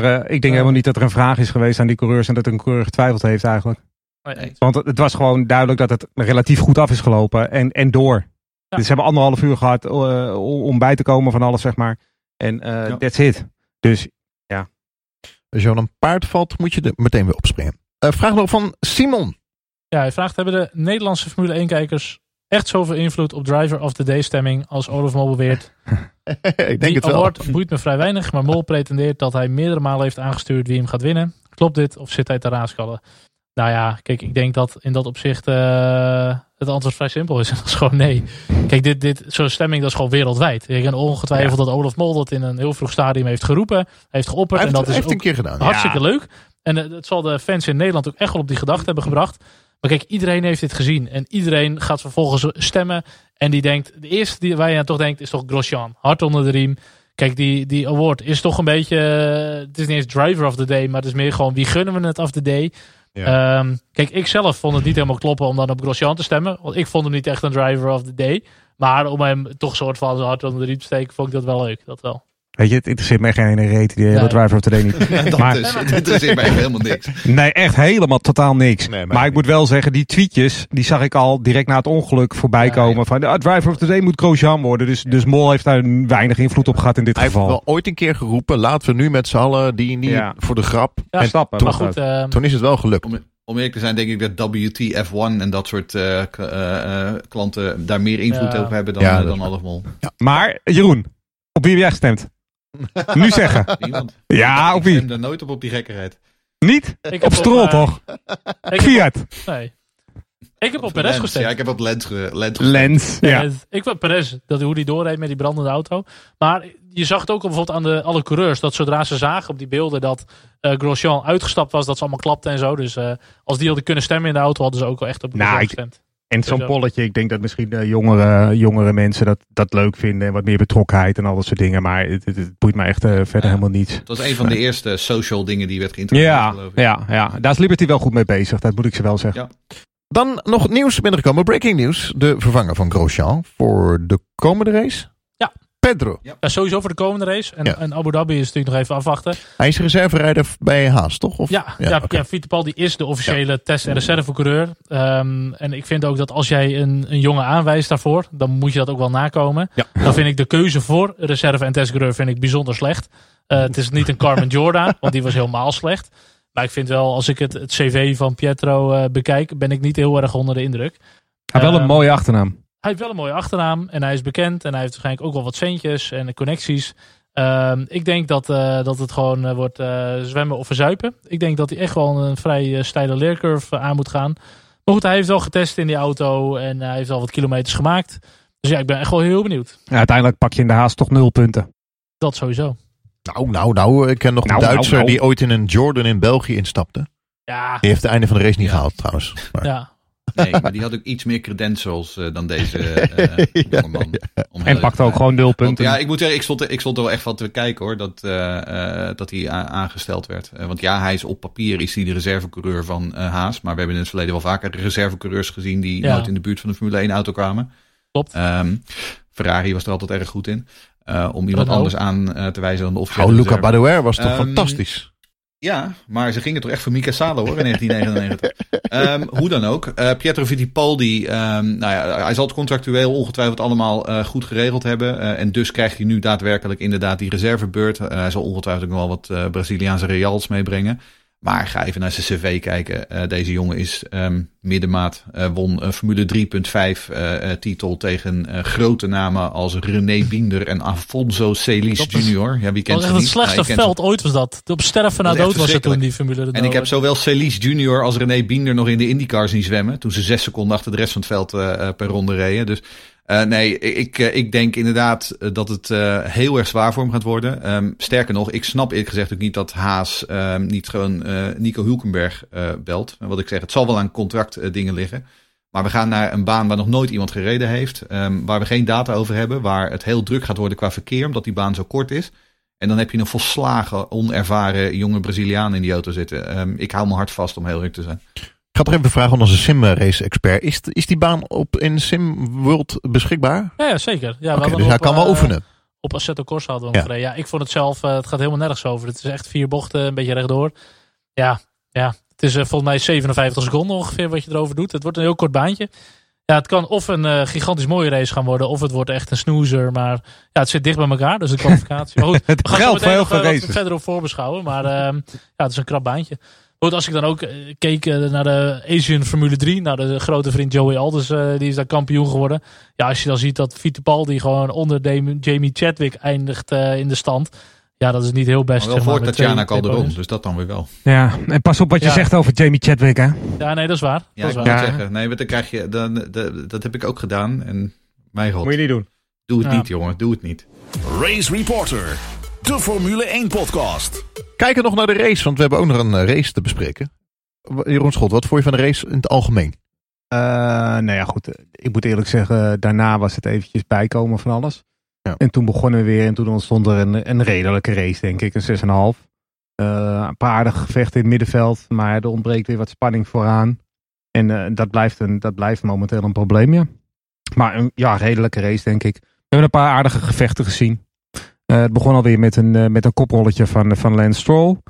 er een vraag is geweest aan die coureurs en dat een coureur getwijfeld heeft eigenlijk. Nee. Want het was gewoon duidelijk dat het relatief goed af is gelopen en door. Ja. Dus ze hebben 1,5 uur gehad om bij te komen van alles, zeg maar. En that's it. Dus ja. Als je aan een paard valt, moet je er meteen weer opspringen. Vraag nog van Simon. Ja, hij vraagt, hebben de Nederlandse Formule 1-kijkers echt zoveel invloed op Driver of the Day stemming als Olaf Mol beweert? Ik denk het wel. Die award boeit me vrij weinig, maar Mol pretendeert dat hij meerdere malen heeft aangestuurd wie hem gaat winnen. Klopt dit of zit hij te raaskallen? Nou ja, kijk, ik denk dat in dat opzicht het antwoord vrij simpel is. Dat is gewoon nee. Kijk, zo'n stemming dat is gewoon wereldwijd. Ik ken ongetwijfeld dat Olaf Mol dat in een heel vroeg stadium heeft geroepen, heeft geopperd. Hij en dat is heeft een keer gedaan. Hartstikke leuk. En het zal de fans in Nederland ook echt wel op die gedachte hebben gebracht. Maar kijk, iedereen heeft dit gezien. En iedereen gaat vervolgens stemmen. En die denkt, de eerste die waar je aan toch denkt, is toch Grosjean. Hard onder de riem. Kijk, die award is toch een beetje, het is niet eens Driver of the Day, maar het is meer gewoon, wie gunnen we het of the day? Ja. Kijk, ik zelf vond het niet helemaal kloppen om dan op Grosjean te stemmen. Want ik vond hem niet echt een Driver of the Day. Maar om hem toch soort van zo hard onder de riem te steken, vond ik dat wel leuk. Dat wel. Weet je, het interesseert mij geen ene reet, die hele Driver of the Day niet. Het interesseert mij helemaal niks. Nee, echt helemaal totaal niks. Nee, maar ik moet wel zeggen, die tweetjes, die zag ik al direct na het ongeluk voorbij komen. Van, Driver of the Day moet Grosjean worden. Dus Mol heeft daar weinig invloed op gehad in dit geval. Hij heeft wel ooit een keer geroepen, laten we nu met z'n allen die voor de grap. Ja, en stappen. Toen is het wel gelukt. Om eerlijk te zijn denk ik dat WTF1 en dat soort klanten daar meer invloed op hebben dan Olaf Mol. Ja. Maar Jeroen, op wie heb jij gestemd? Nu zeggen. Niemand. Ja, op wie? Ik stem er nooit op die gekkigheid. Niet? Op Stroll toch? Fiat. Nee. Ik heb op Perez gestemd. Ja, ik heb op Lens gestemd. Lens, ja. Ik heb Perez, hoe die doorreed met die brandende auto. Maar je zag het ook bijvoorbeeld aan alle coureurs. Dat zodra ze zagen op die beelden dat Grosjean uitgestapt was. Dat ze allemaal klapten en zo. Dus als die hadden kunnen stemmen in de auto. Hadden ze ook wel echt op Grosjean gestemd. En zo'n polletje, ik denk dat misschien jongere mensen dat leuk vinden. En wat meer betrokkenheid en al dat soort dingen. Maar het boeit mij echt verder helemaal niets. Het was een van de eerste social dingen die werd geïntroduceerd, geloof ik. Ja, daar is Liberty wel goed mee bezig. Dat moet ik ze wel zeggen. Ja. Dan nog nieuws binnengekomen. Breaking news. De vervanger van Grosjean voor de komende race. Ja. Pedro. Ja, sowieso voor de komende race. En Abu Dhabi is natuurlijk nog even afwachten. Hij is reserverijder bij Haas, toch? Of? Ja, Fittipaldi is de officiële test- en reservecoureur. En ik vind ook dat als jij een jongen aanwijst daarvoor, dan moet je dat ook wel nakomen. Ja. Dan vind ik de keuze voor reserve- en testcoureur bijzonder slecht. Het is niet een Carmen Jordan, want die was helemaal slecht. Maar ik vind wel, als ik het cv van Pietro bekijk, ben ik niet heel erg onder de indruk. Hij heeft wel een mooie achternaam. Hij heeft wel een mooie achternaam en hij is bekend. En hij heeft waarschijnlijk ook wel wat centjes en connecties. Ik denk dat het gewoon wordt zwemmen of verzuipen. Ik denk dat hij echt wel een vrij steile leercurve aan moet gaan. Maar goed, hij heeft wel getest in die auto en hij heeft al wat kilometers gemaakt. Dus ja, ik ben echt wel heel benieuwd. Ja, uiteindelijk pak je in de Haas toch 0 punten. Dat sowieso. Nou, ik ken nog een Duitser die ooit in een Jordan in België instapte. Ja. Die heeft het einde van de race niet gehaald trouwens. Maar. Ja. Nee, maar die had ook iets meer credentials dan deze jongeman. En pakte ook gewoon 0 punten. Want, ja, ik moet zeggen, ik stond er wel echt van te kijken hoor, dat hij aangesteld werd. Want ja, hij is op papier is hij de reservecoureur van Haas. Maar we hebben in het verleden wel vaker reservecoureurs gezien die nooit in de buurt van de Formule 1 auto kwamen. Klopt. Ferrari was er altijd erg goed in. Om iemand anders aan te wijzen dan de officiële Luca Badoer was toch fantastisch? Ja, maar ze gingen toch echt voor Mika Salo hoor in 1999. Hoe dan ook. Pietro Fittipaldi, hij zal het contractueel ongetwijfeld allemaal goed geregeld hebben. En dus krijgt hij nu daadwerkelijk inderdaad die reservebeurt. Hij zal ongetwijfeld ook wel wat Braziliaanse reals meebrengen. Maar ga even naar zijn cv kijken. Deze jongen is middenmaat. Won Formule 3.5 titel tegen grote namen als René Binder en Afonso Celis Jr. Ja, wie kent ze niet? Het slechtste veld ooit was dat. Op sterven na dood was het toen die Formule. En ik heb zowel Celis Jr. als René Binder nog in de IndyCar zien zwemmen. Toen ze 6 seconden achter de rest van het veld per ronde reden. Dus ik denk inderdaad dat het heel erg zwaar voor hem gaat worden. Sterker nog, ik snap eerlijk gezegd ook niet dat Haas niet gewoon Nico Hülkenberg belt. Wat ik zeg, het zal wel aan contractdingen liggen. Maar we gaan naar een baan waar nog nooit iemand gereden heeft. Waar we geen data over hebben. Waar het heel druk gaat worden qua verkeer, omdat die baan zo kort is. En dan heb je een volslagen onervaren jonge Braziliaan in die auto zitten. Ik hou mijn hart vast om heel eerlijk te zijn. Ik ga toch even vragen aan onze sim-race-expert. Is die baan in SimWorld beschikbaar? Ja, zeker. Ja, dus hij kan wel oefenen. Op Assetto Corsa hadden we hem gereden. Ja, ik vond het zelf, het gaat helemaal nergens over. Het is echt 4 bochten, een beetje rechtdoor. Ja. Het is volgens mij 57 seconden ongeveer wat je erover doet. Het wordt een heel kort baantje. Ja, het kan of een gigantisch mooie race gaan worden, of het wordt echt een snoozer. Maar ja, het zit dicht bij elkaar, dus de kwalificatie. Maar goed, we gaan zo meteen nog verder op voorbeschouwen. Maar het is een krap baantje. Goed, als ik dan ook keek naar de Asian Formule 3, naar de grote vriend Joey Alders, die is daar kampioen geworden. Ja, als je dan ziet dat Fittipaldi gewoon onder Jamie Chadwick eindigt in de stand. Ja, dat is niet heel best. Maar wel voor Tatjana Calderon, dus dat dan weer wel. Ja, en pas op wat je zegt over Jamie Chadwick, hè? Ja, nee, dat is waar. Ja, ik moet zeggen. Nee, want dan krijg je, dat heb ik ook gedaan. En mijn god. Moet je niet doen. Doe het niet, jongen. Doe het niet. Race Reporter, de Formule 1 podcast. Kijken nog naar de race, want we hebben ook nog een race te bespreken. Jeroen Schot, wat vond je van de race in het algemeen? Nou ja, goed. Ik moet eerlijk zeggen, daarna was het eventjes bijkomen van alles. Ja. En toen begonnen we weer en toen ontstond er een redelijke race, denk ik. Een 6,5. Een paar aardige gevechten in het middenveld, maar er ontbreekt weer wat spanning vooraan. En dat blijft momenteel een probleem, ja. Maar een redelijke race, denk ik. We hebben een paar aardige gevechten gezien. Het begon alweer met een koprolletje van Lance Stroll.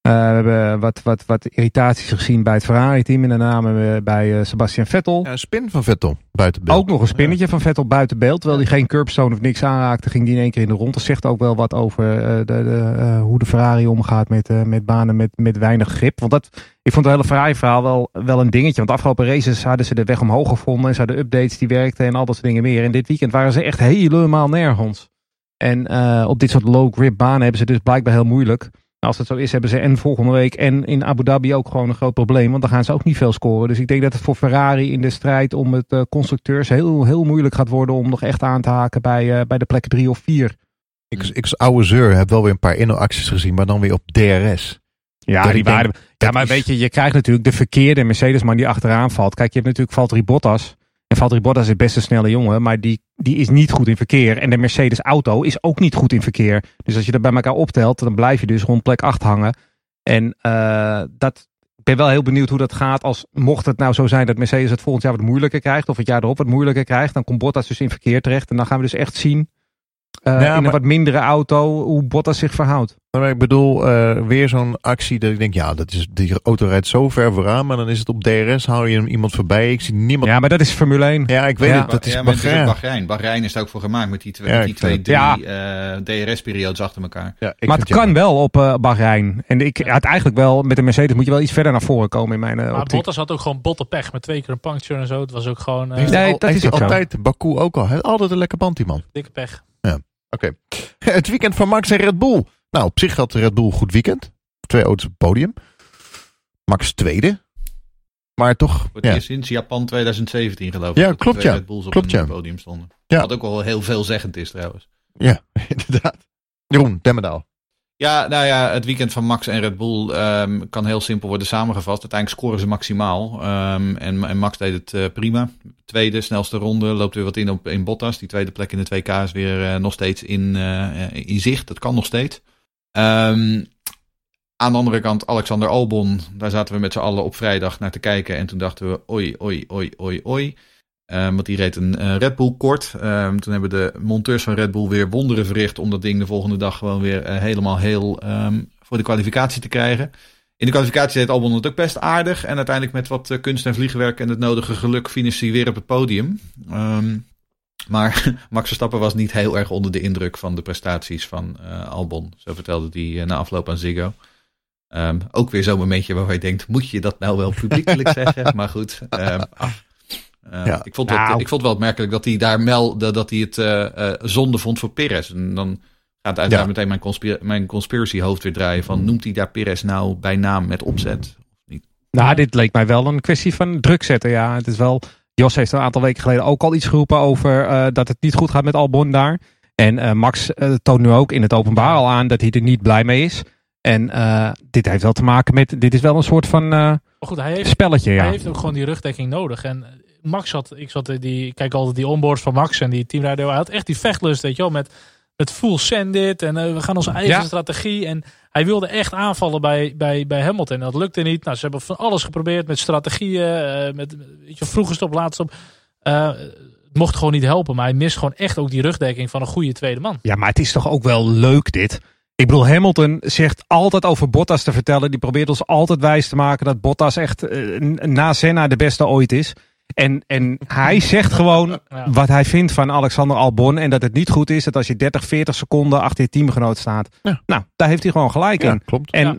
We hebben wat irritaties gezien bij het Ferrari-team. En met name bij Sebastian Vettel. Ja, een spin van Vettel buiten beeld. Ook nog een spinnetje van Vettel buiten beeld. Terwijl hij geen curbstone of niks aanraakte, ging die in één keer in de rond. Dat zegt ook wel wat over hoe de Ferrari omgaat met banen met weinig grip. Want ik vond het hele Ferrari-verhaal wel een dingetje. Want de afgelopen races hadden ze de weg omhoog gevonden. En ze hadden updates die werkten en al dat soort dingen meer. En dit weekend waren ze echt helemaal nergens. En op dit soort low-grip banen hebben ze dus blijkbaar heel moeilijk. Als het zo is, hebben ze en volgende week en in Abu Dhabi ook gewoon een groot probleem. Want dan gaan ze ook niet veel scoren. Dus ik denk dat het voor Ferrari in de strijd om het constructeurs heel, heel moeilijk gaat worden om nog echt aan te haken bij de plek 3 of 4. Ik als oude zeur heb wel weer een paar inno-acties gezien, maar dan weer op DRS. Ja, maar weet je krijgt natuurlijk de verkeerde Mercedes-man die achteraan valt. Kijk, je hebt natuurlijk Valtteri Bottas. En Valtteri Bottas is best een snelle jongen, maar die is niet goed in verkeer. En de Mercedes-auto is ook niet goed in verkeer. Dus als je dat bij elkaar optelt, dan blijf je dus rond plek 8 hangen. En ik ben wel heel benieuwd hoe dat gaat. Mocht het nou zo zijn dat Mercedes het volgend jaar wat moeilijker krijgt, of het jaar erop wat moeilijker krijgt, dan komt Bottas dus in verkeer terecht. En dan gaan we dus echt zien in een wat mindere auto hoe Bottas zich verhoudt. Maar ik bedoel, weer zo'n actie dat ik denk, die auto rijdt zo ver vooraan, maar dan is het op DRS, hou je iemand voorbij. Ik zie niemand. Ja, maar dat is Formule 1. Ja, ik weet het. Dat is Bahrein. Bahrein is er ook voor gemaakt met die twee DRS-periodes achter elkaar. Ja, maar het kan wel op Bahrein. En ik had eigenlijk wel, met de Mercedes moet je wel iets verder naar voren komen in mijn optiek. Maar Bottas had ook gewoon botte pech met 2 keer een puncture en zo. Het was ook gewoon... dat is altijd. Baku ook al. Hij had altijd een lekker band, die man. Dikke pech. Ja. Oké. Het weekend van Max en Red Bull. Nou, op zich had Red Bull een goed weekend. 2 auto's op het podium. Max tweede. Maar toch... Sinds Japan 2017 geloof ik. Ja, klopt ja. Red Bulls op het podium stonden. Ja. Wat ook wel heel veelzeggend is trouwens. Ja, inderdaad. Jeroen, Demmendaal. Ja, nou ja, het weekend van Max en Red Bull kan heel simpel worden samengevat. Uiteindelijk scoren ze maximaal. En Max deed het prima. Tweede, snelste ronde, loopt weer wat in Bottas. Die tweede plek in de 2K is weer nog steeds in zicht. Dat kan nog steeds. Aan de andere kant, Alexander Albon. Daar zaten we met z'n allen op vrijdag naar te kijken. En toen dachten we, oei. Want die reed een Red Bull kort. Toen hebben de monteurs van Red Bull weer wonderen verricht om dat ding de volgende dag gewoon weer helemaal heel voor de kwalificatie te krijgen. In de kwalificatie deed Albon het ook best aardig. En uiteindelijk met wat kunst en vliegwerk en het nodige geluk finishte hij weer op het podium. Maar Max Verstappen was niet heel erg onder de indruk van de prestaties van Albon. Zo vertelde hij na afloop aan Ziggo. Ook weer zo'n momentje waarvan je denkt, moet je dat nou wel publiekelijk zeggen? Maar goed, ik vond wel opmerkelijk dat hij daar dat hij het zonde vond voor Perez. En dan gaat uiteindelijk meteen mijn conspiracy hoofd weer draaien van, noemt hij daar Perez nou bij naam met opzet? Of niet? Nou, dit leek mij wel een kwestie van druk zetten. Ja, het is wel... Jos heeft een aantal weken geleden ook al iets geroepen over dat het niet goed gaat met Albon daar. En Max toont nu ook in het openbaar al aan dat hij er niet blij mee is. En dit heeft wel te maken met... Dit is wel een soort van spelletje. Ja. Hij heeft ook gewoon die rugdekking nodig. En Max ik kijk altijd die onboards van Max en die teamradio. Hij had echt die vechtlust, weet je wel, met full send it. En we gaan onze eigen strategie. En hij wilde echt aanvallen bij Hamilton. En dat lukte niet. Nou, ze hebben van alles geprobeerd met strategieën. Vroeg stop, laat stop. Het mocht gewoon niet helpen. Maar hij mist gewoon echt ook die rugdekking van een goede tweede man. Ja, maar het is toch ook wel leuk dit. Ik bedoel, Hamilton zegt altijd over Bottas te vertellen. Die probeert ons altijd wijs te maken dat Bottas echt na Senna de beste ooit is. En hij zegt gewoon wat hij vindt van Alexander Albon. En dat het niet goed is dat als je 30, 40 seconden achter je teamgenoot staat. Ja. Nou, daar heeft hij gewoon gelijk in. Klopt. En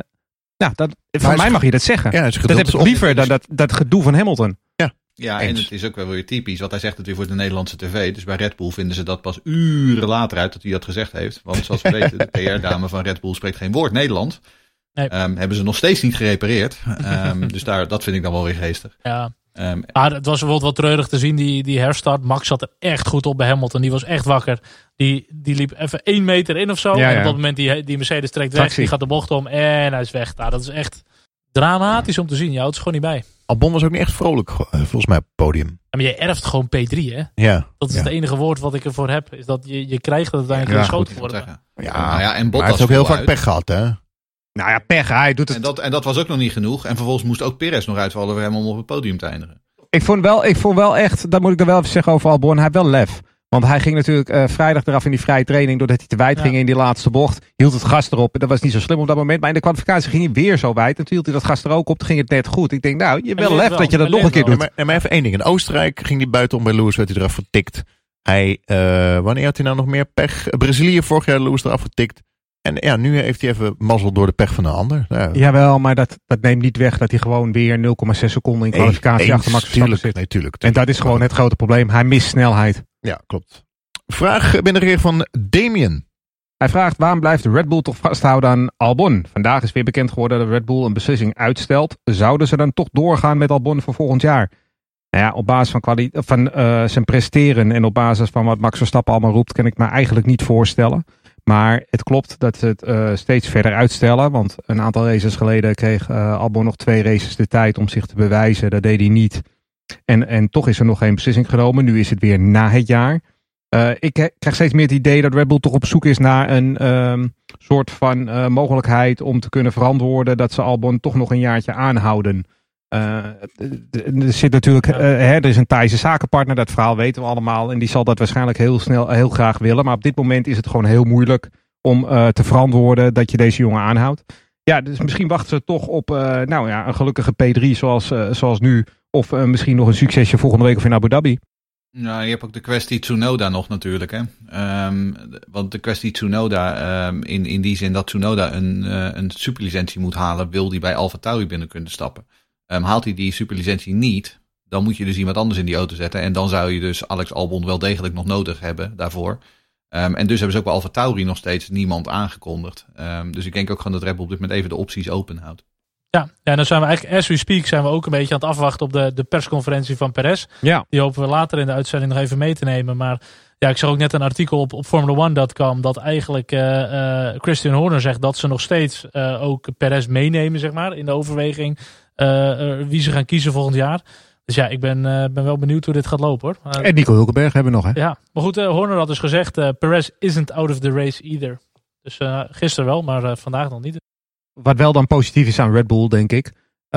voor mij mag je dat zeggen. Ja, dat heb ik liever dan dat gedoe van Hamilton. Ja, en het is ook wel weer typisch. Want hij zegt het weer voor de Nederlandse tv. Dus bij Red Bull vinden ze dat pas uren later uit dat hij dat gezegd heeft. Want zoals we weten, de PR-dame van Red Bull spreekt geen woord Nederlands. Nee. Hebben ze nog steeds niet gerepareerd. Dus dat vind ik dan wel weer geestig. Ja. Maar het was bijvoorbeeld wat treurig te zien, die herstart. Max zat er echt goed op bij Hamilton. Die was echt wakker. Die liep even 1 meter in of zo. Ja. En op dat moment die Mercedes trekt weg. Die gaat de bocht om en hij is weg. Nou, dat is echt dramatisch om te zien. Je houdt er gewoon niet bij. Albon was ook niet echt vrolijk, volgens mij op het podium. Ja, maar je erft gewoon P3, hè? Ja. Dat is het enige woord wat ik ervoor heb. Is dat je krijgt dat uiteindelijk geschoten wordt. En Bottas hij heeft ook heel vaak pech gehad, hè? Nou ja, pech. Hij doet het. En dat was ook nog niet genoeg. En vervolgens moest ook Perez nog uitvallen voor hem om op het podium te eindigen. Ik vond wel echt, dat moet ik dan wel even zeggen over Albon, hij heeft wel lef. Want hij ging natuurlijk vrijdag eraf in die vrije training. Doordat hij te wijd ging in die laatste bocht. Hield het gas erop. Dat was niet zo slim op dat moment. Maar in de kwalificatie ging hij weer zo wijd. En toen hield hij dat gas er ook op. Toen ging het net goed. Ik denk, nou, je hebt wel lef dat je dat nog een keer doet. Maar even één ding. In Oostenrijk ging hij buitenom bij Lewis. Werd hij eraf getikt. Wanneer had hij nou nog meer pech? Brazilië vorig jaar Lewis eraf getikt. En ja, nu heeft hij even mazzel door de pech van een ander. Ja. Jawel, maar dat neemt niet weg dat hij gewoon weer 0,6 seconden in kwalificatie achter Max Verstappen zit. Nee, tuurlijk. En dat is gewoon het grote probleem. Hij mist snelheid. Ja, klopt. Vraag binnengekregen van Damien. Hij vraagt, waarom blijft Red Bull toch vasthouden aan Albon? Vandaag is weer bekend geworden dat Red Bull een beslissing uitstelt. Zouden ze dan toch doorgaan met Albon voor volgend jaar? Nou ja, op basis van zijn presteren en op basis van wat Max Verstappen allemaal roept, kan ik me eigenlijk niet voorstellen. Maar het klopt dat ze het steeds verder uitstellen. Want een aantal races geleden kreeg Albon nog 2 races de tijd om zich te bewijzen. Dat deed hij niet. En toch is er nog geen beslissing genomen. Nu is het weer na het jaar. Ik krijg steeds meer het idee dat Red Bull toch op zoek is naar een soort van mogelijkheid om te kunnen verantwoorden dat ze Albon toch nog een jaartje aanhouden. Er zit natuurlijk, er is een Thaise zakenpartner, dat verhaal weten we allemaal. En die zal dat waarschijnlijk heel graag willen. Maar op dit moment is het gewoon heel moeilijk om te verantwoorden dat je deze jongen aanhoudt. Ja, dus misschien wachten ze toch op een gelukkige P3 zoals nu. Of misschien nog een succesje volgende week of in Abu Dhabi. Nou, je hebt ook de kwestie Tsunoda nog natuurlijk. Hè? Want de kwestie Tsunoda, in die zin dat Tsunoda een superlicentie moet halen, wil die bij AlphaTauri binnen kunnen stappen. Haalt hij die superlicentie niet, dan moet je dus iemand anders in die auto zetten. En dan zou je dus Alex Albon wel degelijk nog nodig hebben daarvoor. En dus hebben ze ook bij AlphaTauri nog steeds niemand aangekondigd. Dus ik denk ook gewoon dat Red Bull op dit moment even de opties open houdt. Ja, dan zijn we eigenlijk, as we speak, zijn we ook een beetje aan het afwachten op de persconferentie van Perez. Ja. Die hopen we later in de uitzending nog even mee te nemen. Maar ja, ik zag ook net een artikel op Formula1.com dat eigenlijk Christian Horner zegt dat ze nog steeds ook Perez meenemen, zeg maar, in de overweging wie ze gaan kiezen volgend jaar. Dus ja, ik ben wel benieuwd hoe dit gaat lopen, hoor. En Nico Hülkenberg hebben we nog, hè? Ja, maar goed, Horner had dus gezegd, Perez isn't out of the race either. Dus gisteren wel, maar vandaag nog niet. Wat wel dan positief is aan Red Bull, denk ik,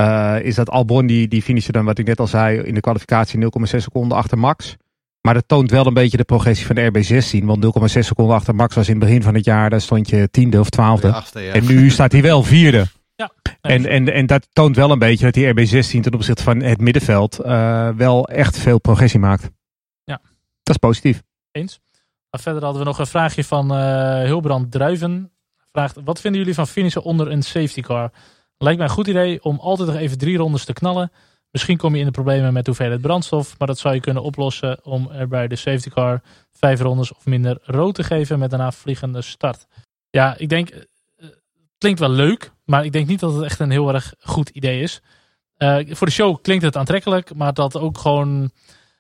is dat Albon die finishte dan, wat ik net al zei, in de kwalificatie 0,6 seconden achter Max. Maar dat toont wel een beetje de progressie van de RB16. Want 0,6 seconden achter Max was in het begin van het jaar, daar stond je 10e of 12e. Ja. En nu staat hij wel 4e. Ja. En dat toont wel een beetje dat die RB16 ten opzichte van het middenveld wel echt veel progressie maakt. Ja. Dat is positief. Eens. Maar verder hadden we nog een vraagje van Hilbrand Druiven. Vraagt, wat vinden jullie van finishen onder een safety car? Lijkt mij een goed idee om altijd nog even 3 rondes te knallen. Misschien kom je in de problemen met hoeveelheid brandstof. Maar dat zou je kunnen oplossen om er bij de safety car 5 rondes of minder rood te geven met daarna vliegende start. Ja, ik denk, het klinkt wel leuk. Maar ik denk niet dat het echt een heel erg goed idee is. Voor de show klinkt het aantrekkelijk. Maar dat ook gewoon,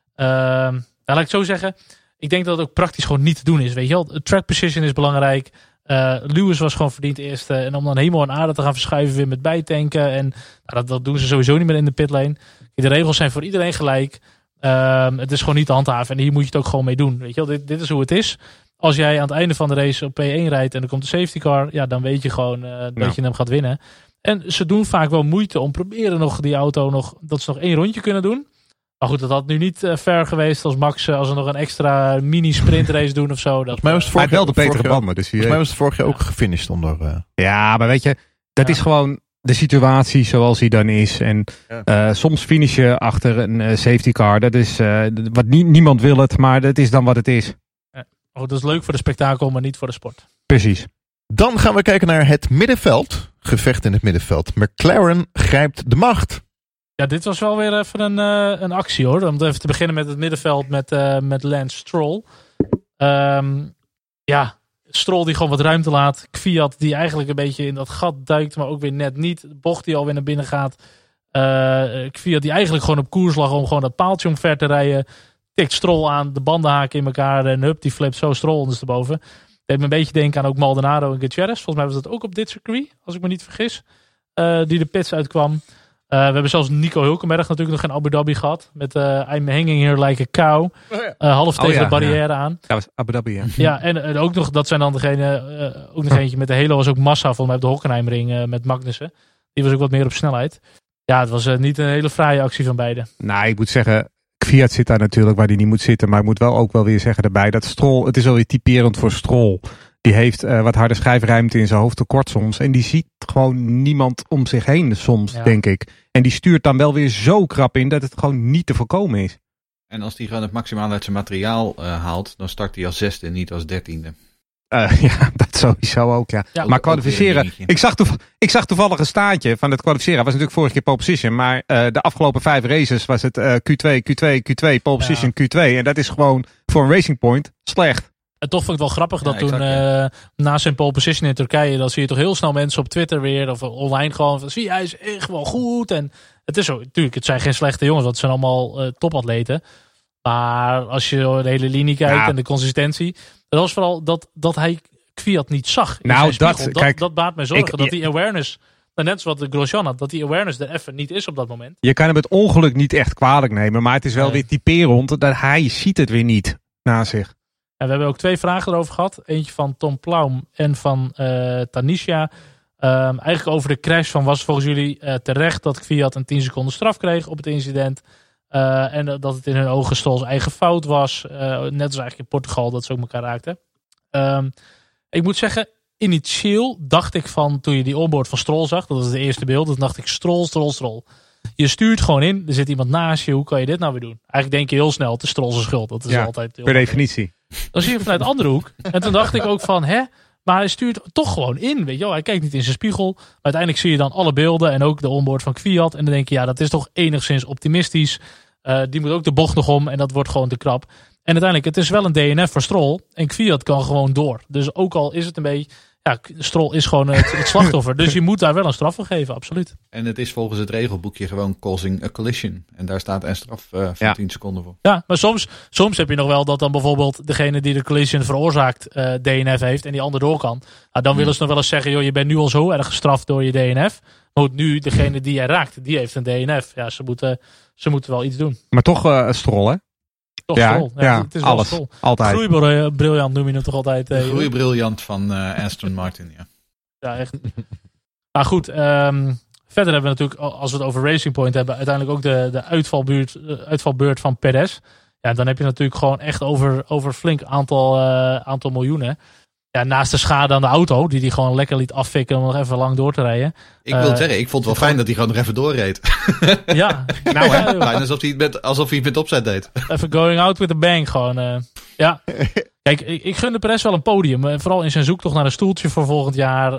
laat ik het zo zeggen. Ik denk dat het ook praktisch gewoon niet te doen is. Weet je wel, track precision is belangrijk. Lewis was gewoon verdiend eerste. En om dan helemaal aan aarde te gaan verschuiven weer met bijtanken. En dat doen ze sowieso niet meer in de pitlane. De regels zijn voor iedereen gelijk. Het is gewoon niet te handhaven. En hier moet je het ook gewoon mee doen. Weet je wel, dit is hoe het is. Als jij aan het einde van de race op P1 rijdt en er komt een safety car. Ja, dan weet je gewoon dat je hem gaat winnen. En ze doen vaak wel moeite om proberen nog die auto dat ze nog 1 rondje kunnen doen. Maar goed, dat had nu niet ver geweest als Max, als ze nog een extra mini-sprintrace doen of zo. Volgens mij was het vorig wel de betere banden. Dus volgens mij was het vorig jaar ook gefinished onder. Ja, maar weet je, dat is gewoon de situatie zoals die dan is. En soms finish je achter een safety car. Dat is wat niemand wil het, maar dat is dan wat het is. Dat is leuk voor de spektakel, maar niet voor de sport. Precies. Dan gaan we kijken naar het middenveld. Gevecht in het middenveld. McLaren grijpt de macht. Ja, dit was wel weer even een actie, hoor. Om even te beginnen met het middenveld met Lance Stroll. Stroll die gewoon wat ruimte laat. Kvyat die eigenlijk een beetje in dat gat duikt, maar ook weer net niet. De bocht die alweer naar binnen gaat. Kvyat die eigenlijk gewoon op koers lag om gewoon dat paaltje omver te rijden. Tikt Stroll aan, de banden haken in elkaar en hup, die flipt zo Stroll ondersteboven. Deed me een beetje denken aan ook Maldonado en Gutierrez. Volgens mij was dat ook op dit circuit, als ik me niet vergis. Die de pits uitkwam. We hebben zelfs Nico Hülkenberg natuurlijk nog in Abu Dhabi gehad. Met I'm hanging here like a cow. Half tegen de barrière aan. Ja, was Abu Dhabi, ja. Ja, en ook nog, dat zijn dan degene, ook nog eentje met de Halo was ook Massa, volgens mij op de Hockenheimring met Magnussen. Die was ook wat meer op snelheid. Ja, het was niet een hele fraaie actie van beiden. Nou, ik moet zeggen, Kvyat zit daar natuurlijk waar hij niet moet zitten. Maar ik moet wel ook wel weer zeggen daarbij dat Stroll, het is alweer typerend voor Stroll. Die heeft wat harde schijfruimte in zijn hoofd tekort soms. En die ziet gewoon niemand om zich heen soms, denk ik. En die stuurt dan wel weer zo krap in dat het gewoon niet te voorkomen is. En als hij gewoon het maximaal uit zijn materiaal haalt, dan start hij als 6e, niet als 13e. Ja, dat sowieso ook, ja. Maar kwalificeren, ik zag toevallig een staartje van het kwalificeren. Was natuurlijk vorige keer pole position, maar de afgelopen 5 races was het Q2, Q2, pole position, Q2. En dat is gewoon voor een Racing Point slecht. En toch vond ik het wel grappig dat toen na zijn pole position in Turkije, dan zie je toch heel snel mensen op Twitter weer of online gewoon van, zie hij is echt wel goed. En het is zo, natuurlijk, het zijn geen slechte jongens, want het zijn allemaal topatleten. Maar als je de hele linie kijkt en de consistentie, dat was vooral dat hij Kvyat niet zag. Dat baart mij zorgen, dat die awareness, net zoals de Grosjean had, dat die awareness er even niet is op dat moment. Je kan hem het ongeluk niet echt kwalijk nemen, maar het is wel weer typerend dat hij ziet het weer niet na zich. En we hebben ook 2 vragen erover gehad. Eentje van Tom Plaum en van Tanisha. Eigenlijk over de crash van, was volgens jullie terecht dat Kvyat een 10 seconden straf kreeg op het incident. En dat het in hun ogen Strolls eigen fout was. Net als eigenlijk in Portugal, dat ze ook elkaar raakten. Ik moet zeggen, initieel dacht ik van, toen je die onboard van Stroll zag, dat was het eerste beeld, dan dacht ik Stroll. Je stuurt gewoon in, er zit iemand naast je, hoe kan je dit nou weer doen? Eigenlijk denk je heel snel, het is Stroll's schuld. Dat is altijd heel per definitie. Dan zie je vanuit de andere hoek. En toen dacht ik ook van, maar hij stuurt toch gewoon in, weet je wel. Hij kijkt niet in zijn spiegel. Maar uiteindelijk zie je dan alle beelden en ook de onboard van Kvyat. En dan denk je, ja, dat is toch enigszins optimistisch. Die moet ook de bocht nog om en dat wordt gewoon te krap. En uiteindelijk, het is wel een DNF voor Stroll. En Kvyat kan gewoon door. Dus ook al is het een beetje, ja, Stroll is gewoon het slachtoffer. Dus je moet daar wel een straf voor geven, absoluut. En het is volgens het regelboekje gewoon causing a collision. En daar staat een straf van 10 seconden voor. Ja, maar soms heb je nog wel dat dan bijvoorbeeld degene die de collision veroorzaakt DNF heeft en die ander door kan. Nou, dan willen ze nog wel eens zeggen, joh, je bent nu al zo erg gestraft door je DNF. Maar nu, degene die jij raakt, die heeft een DNF. Ja, ze moeten wel iets doen. Maar toch Stroll, hè? Toch Stroll. Ja, het is alles. Stroll. Altijd. Groeibriljant noem je hem toch altijd. Groeibriljant van Aston Martin, ja. Ja, echt. Maar goed, verder hebben we natuurlijk, als we het over Racing Point hebben, uiteindelijk ook de uitvalbeurt van Perez. Ja, dan heb je natuurlijk gewoon echt over flink aantal miljoenen. Ja, naast de schade aan de auto, die gewoon lekker liet afvikken om nog even lang door te rijden. Ik wil zeggen, ik vond het wel fijn dat hij gewoon nog even doorreed. Ja. Nou, fijn alsof hij het met opzet deed. Even going out with a bang gewoon. Ja. Kijk, ik gun de Perez wel een podium. Vooral in zijn zoektocht naar een stoeltje voor volgend jaar.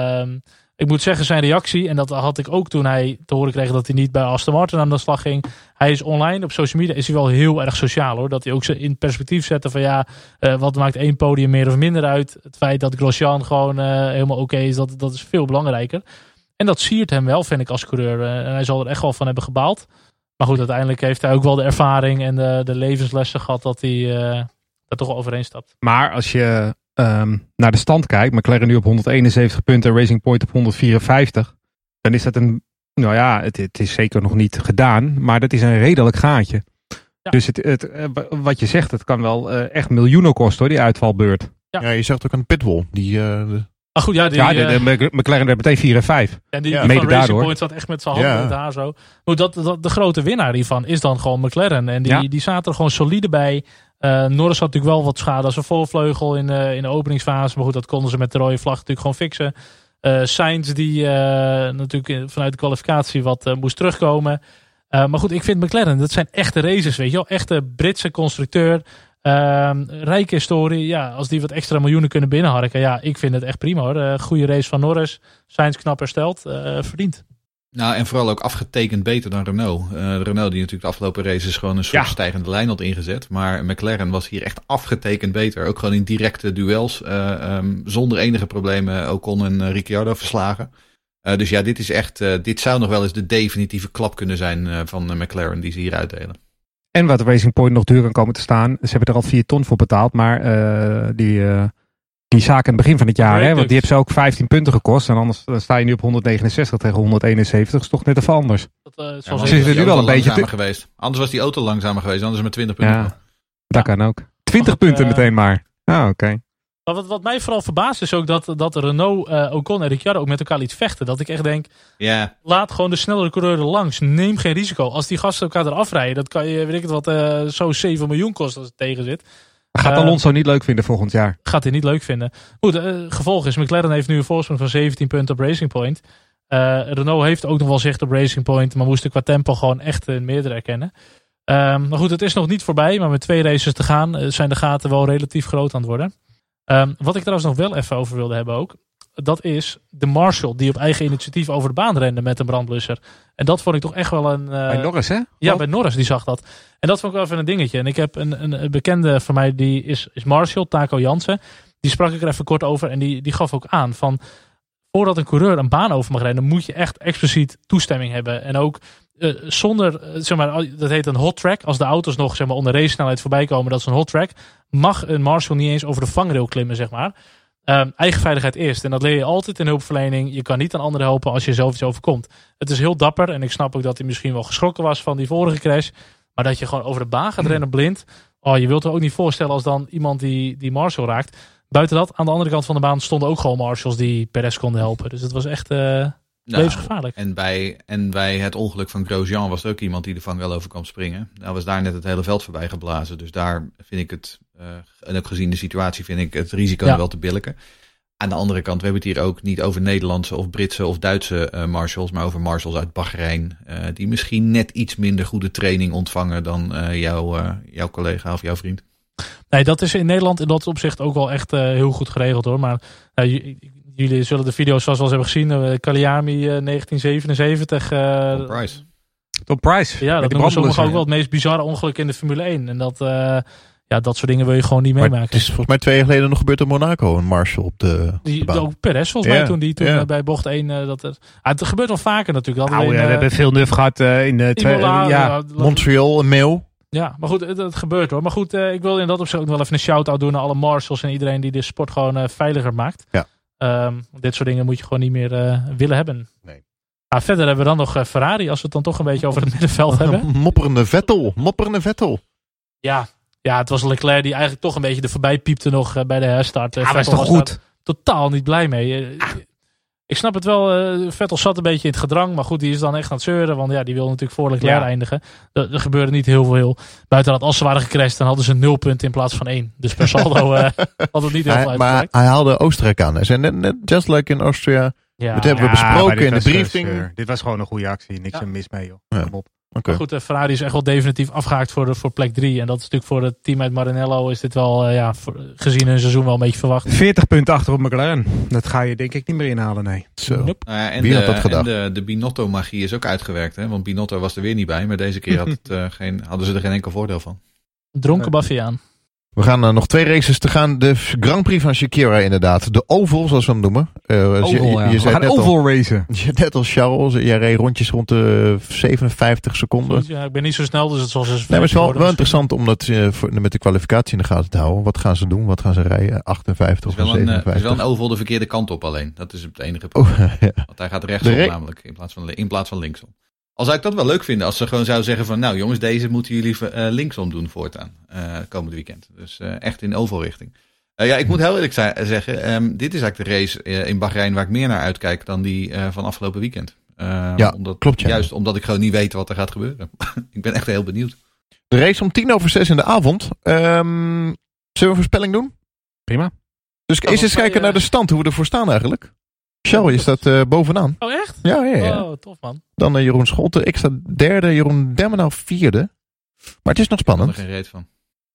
Ik moet zeggen, zijn reactie, en dat had ik ook toen hij te horen kreeg dat hij niet bij Aston Martin aan de slag ging. Hij is online, op social media is hij wel heel erg sociaal, hoor. Dat hij ook in perspectief zette van wat maakt 1 podium meer of minder uit. Het feit dat Grosjean gewoon helemaal oké is, dat is veel belangrijker. En dat siert hem wel, vind ik, als coureur. En hij zal er echt wel van hebben gebaald. Maar goed, uiteindelijk heeft hij ook wel de ervaring en de levenslessen gehad dat hij daar toch wel overheen stapt. Maar als je naar de stand kijkt, McLaren nu op 171 punten, Racing Point op 154. Dan is dat het is zeker nog niet gedaan, maar dat is een redelijk gaatje. Ja. Dus wat je zegt, het kan wel echt miljoenen kosten, hoor, die uitvalbeurt. Ja, je zegt ook aan Pitbull. De McLaren werd meteen 4 en 5. En die van Racing Point zat echt met zijn handen in het haar zo. Maar de grote winnaar hiervan is dan gewoon McLaren. En die zaten er gewoon solide bij. Norris had natuurlijk wel wat schade als een voorvleugel in de openingsfase. Maar goed, dat konden ze met de rode vlag natuurlijk gewoon fixen. Sainz die natuurlijk vanuit de kwalificatie wat moest terugkomen. Maar goed, ik vind McLaren, dat zijn echte races, weet je wel. Echte Britse constructeur. Rijke historie. Ja, als die wat extra miljoenen kunnen binnenharken. Ja, ik vind het echt prima, hoor. Goede race van Norris. Sainz knap hersteld. Verdiend. Nou, en vooral ook afgetekend beter dan Renault. Renault die natuurlijk de afgelopen races gewoon een soort stijgende lijn had ingezet. Maar McLaren was hier echt afgetekend beter. Ook gewoon in directe duels. Zonder enige problemen Ocon en Ricciardo verslagen. Dus ja, dit is echt. Dit zou nog wel eens de definitieve klap kunnen zijn van McLaren die ze hier uitdelen. En wat Racing Point nog duur kan komen te staan. Ze hebben er al 4 ton voor betaald. Maar die zaak aan het begin van het jaar, want die hebben ze ook 15 punten gekost. En anders sta je nu op 169 tegen 171. Dat is toch net even anders. Ze zitten nu wel een beetje geweest. Anders was die auto langzamer geweest. Anders met 20 punten. Ja, dat kan ook. 20 punten meteen maar. Oké. Maar wat mij vooral verbaast is ook dat Renault, Ocon en Ricciardo ook met elkaar liet vechten. Dat ik echt denk, laat gewoon de snellere coureur er langs. Neem geen risico. Als die gasten elkaar eraf rijden, dat kan je, weet ik het wat, zo 7 miljoen kosten als het tegen zit. Gaat Alonso niet leuk vinden volgend jaar? Gaat hij niet leuk vinden. Goed, gevolg is, McLaren heeft nu een voorsprong van 17 punten op Racing Point. Renault heeft ook nog wel zicht op Racing Point, maar moest qua tempo gewoon echt een meerdere erkennen. Maar goed, het is nog niet voorbij, maar met 2 races te gaan zijn de gaten wel relatief groot aan het worden. Wat ik trouwens nog wel even over wilde hebben ook, dat is de Marshall die op eigen initiatief over de baan rende met een brandblusser. En dat vond ik toch echt wel een... bij Norris, hè? Ja, bij Norris, die zag dat. En dat vond ik wel even een dingetje. En ik heb een bekende van mij, die is Marshall, Taco Jansen. Die sprak ik er even kort over en die gaf ook aan van, voordat een coureur een baan over mag rijden, moet je echt expliciet toestemming hebben. En ook zonder, zeg maar, dat heet een hot track. Als de auto's nog, zeg maar, onder race snelheid voorbij komen, dat is een hot track. Mag een Marshall niet eens over de vangrail klimmen, zeg maar. Eigen veiligheid eerst. En dat leer je altijd in hulpverlening. Je kan niet aan anderen helpen als je zelf iets overkomt. Het is heel dapper. En ik snap ook dat hij misschien wel geschrokken was van die vorige crash. Maar dat je gewoon over de baan gaat rennen blind. Je wilt er ook niet voorstellen als dan iemand die Marshall raakt. Buiten dat, aan de andere kant van de baan stonden ook gewoon Marshalls die Perez konden helpen. Dus het was echt levensgevaarlijk. En bij het ongeluk van Grosjean was er ook iemand die de vangrail over kwam springen. Nou was daar net het hele veld voorbij geblazen. Dus daar vind ik het, en ook gezien de situatie, vind ik het risico wel te billijken. Aan de andere kant, we hebben het hier ook niet over Nederlandse of Britse of Duitse Marshalls, maar over Marshalls uit Bahrein. Die misschien net iets minder goede training ontvangen dan jouw collega of jouw vriend. Nee, dat is in Nederland in dat opzicht ook wel echt heel goed geregeld hoor. Maar jullie zullen de video's zoals we al hebben gezien. Kalyami 1977. Tom Pryce. Ja, dat noemen sommigen ook wel het meest bizarre ongeluk in de Formule 1. En dat soort dingen wil je gewoon niet meemaken. Het is volgens mij 2 jaar geleden nog gebeurd in Monaco. Een Marshall op de baan. Ook Perez volgens mij toen bij bocht 1. Het gebeurt wel vaker natuurlijk. We hebben veel nuf gehad in de Montreal, een mail. Ja, maar goed, het gebeurt hoor. Maar goed, ik wil in dat opzicht ook wel even een shout-out doen naar alle Marshalls en iedereen die de sport gewoon veiliger maakt. Ja. Dit soort dingen moet je gewoon niet meer willen hebben. Nee. Verder hebben we dan nog Ferrari, als we het dan toch een beetje over het middenveld hebben. Mopperende Vettel. Ja, het was Leclerc die eigenlijk toch een beetje er voorbij piepte nog bij de herstart. Dat is toch goed? Totaal niet blij mee. Ik snap het wel, Vettel zat een beetje in het gedrang. Maar goed, die is dan echt aan het zeuren. Want die wil natuurlijk voor Leclerc eindigen. Er gebeurde niet heel veel. Buiten dat, als ze waren gecrashed, dan hadden ze 0 punten in plaats van 1. Dus per saldo had het niet heel veel uitgewerkt. Maar hij haalde Oostenrijk aan. Hij zei net just like in Austria. Ja. Dat hebben we besproken in de briefing. Dit was gewoon een goede actie. Niks mis mee, joh. Ja. Kom op. Okay. Maar goed, Ferrari is echt wel definitief afgehaakt voor plek 3. En dat is natuurlijk voor het team uit Maranello is dit wel, gezien hun seizoen wel een beetje verwacht. 40 punten achter op McLaren. Dat ga je denk ik niet meer inhalen, nee. Zo. Nope. Wie had dat gedacht? En de Binotto-magie is ook uitgewerkt. Hè? Want Binotto was er weer niet bij. Maar deze keer hadden ze er geen enkel voordeel van. Dronken Baffiaan. We gaan nog 2 races te gaan. De Grand Prix van Shakira inderdaad. De Oval, zoals we hem noemen. We gaan Oval racen. Net als Charles. Jij reed rondjes rond de 57 seconden. Ja, ik ben niet zo snel, dus het zal maar het is wel interessant om dat met de kwalificatie in de gaten te houden. Wat gaan ze doen? Wat gaan ze rijden? 58 of 57? Het is wel een Oval de verkeerde kant op alleen. Dat is het enige probleem. Want hij gaat rechtsom namelijk in plaats van linksom. Al zou ik dat wel leuk vinden als ze gewoon zouden zeggen van, nou jongens, deze moeten jullie linksom doen voortaan komend weekend. Dus echt in ovalrichting. Ik moet heel eerlijk zeggen, dit is eigenlijk de race in Bahrein waar ik meer naar uitkijk dan die van afgelopen weekend. Klopt. Juist omdat ik gewoon niet weet wat er gaat gebeuren. Ik ben echt heel benieuwd. De race om 5:10 in de avond. Zullen we een voorspelling doen? Prima. Dus eens kijken naar de stand, hoe we ervoor staan eigenlijk. Charles, je staat bovenaan. Oh, echt? Ja. Oh, tof man. Dan Jeroen Scholten. Ik sta 3e. Jeroen Demmenau 4e. Maar het is nog spannend. Ik heb er geen reet van.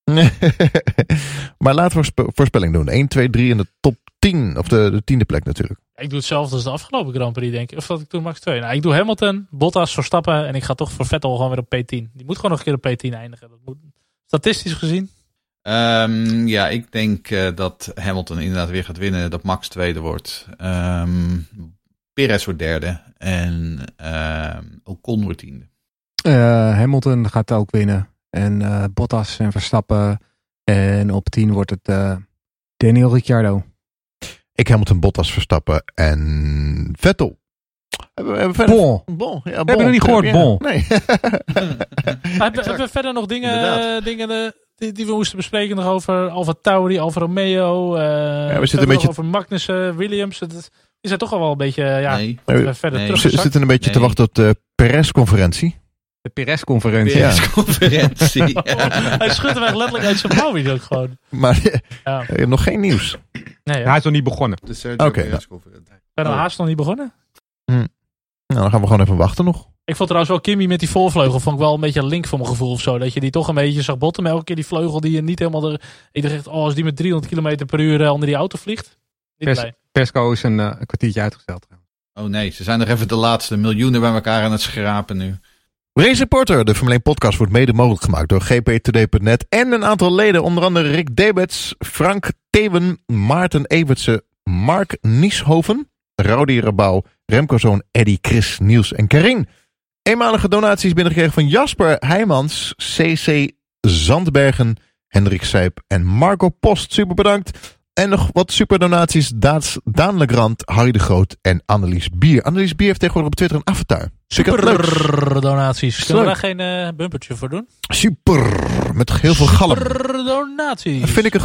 Maar laten we voorspelling doen. 1, 2, 3 in de top 10. Of de 10e plek natuurlijk. Ik doe hetzelfde als de afgelopen Grand Prix, denk ik. Of dat ik toen Max 2. Nou, ik doe Hamilton, Bottas, Verstappen. En ik ga toch voor Vettel gewoon weer op P10. Die moet gewoon nog een keer op P10 eindigen. Dat moet, statistisch gezien. Ik denk dat Hamilton inderdaad weer gaat winnen. Dat Max 2e wordt. Perez wordt 3e. En Ocon wordt 10e. Hamilton gaat ook winnen. En Bottas en Verstappen. En op 10 wordt het Daniel Ricciardo. Ik Hamilton, Bottas, Verstappen en Vettel. Hebben we Bon. Hebben we nog niet gehoord, Bon. Nee. Hebben we verder nog dingen die we moesten bespreken nog over Alfa Tauri, Alfa Romeo. We zitten een beetje over Magnussen, Williams. Het is er toch al wel een beetje verder We teruggezakt. zitten een beetje te wachten op de Perez-conferentie. De Perez-conferentie. Ja. Perez-conferentie. Hij schudt hem echt letterlijk uit zijn mouw ook gewoon. Maar Ja. nog geen nieuws. Nee, Hij is nog niet begonnen. De Sergio Oké, Perez-conferentie. Ben Haas nog niet begonnen? Nou, dan gaan we gewoon even wachten nog. Ik vond trouwens wel Kimi met die voorvleugel vond ik wel een beetje een link voor mijn gevoel of zo. Dat je die toch een beetje zag botten. Elke keer die vleugel die je niet helemaal... Ik dacht echt, als die met 300 km per uur onder die auto vliegt. Niet blij. Persco is een kwartiertje uitgesteld. Oh nee, ze zijn nog even de laatste miljoenen bij elkaar aan het schrapen nu. Race Reporter, de Formule 1 podcast, wordt mede mogelijk gemaakt door gptoday.net en een aantal leden, onder andere Rick Debets, Frank Thewen, Maarten Evertsen, Mark Nieshoven, Rowdy Rabouw, Remco Zoon, Eddy, Chris, Niels en Karin. Eenmalige donaties binnengekregen van Jasper Heijmans, CC Zandbergen, Hendrik Sijp en Marco Post. Super bedankt. En nog wat superdonaties. Daan Legrand, Harry de Groot en Annelies Bier. Annelies Bier heeft tegenwoordig op Twitter een avatar. Super donaties. Kunnen we daar Leuk. geen bumpertje voor doen? Super. Met heel veel galm. Super donaties. Dat vind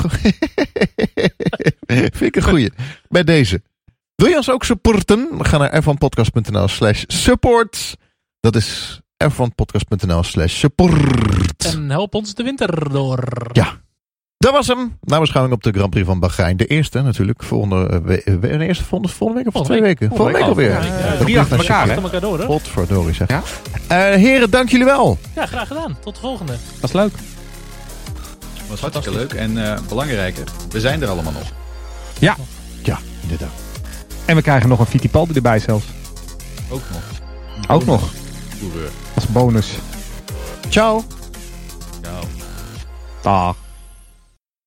ik een goeie. Bij deze. Wil je ons ook supporten? Ga naar f1podcast.nl/support. Dat is f1podcast.nl/support. En help ons de winter door. Ja. Dat was hem. Nabeschouwing op de Grand Prix van Bahrein. De eerste natuurlijk. Volgende week of 2 weken? Volgende week alweer. Ja, 3 achter elkaar, hè? achter elkaar door, hè? Potverdorie zeg. Ja? Heren, dank jullie wel. Ja, graag gedaan. Tot de volgende. Dat is leuk. Was hartstikke leuk en belangrijker, we zijn er allemaal nog. Ja, inderdaad. En we krijgen nog een Fittipaldi erbij zelfs. Ook nog. Ook nog. Coureur. Als bonus. Ciao. Ciao. Dag.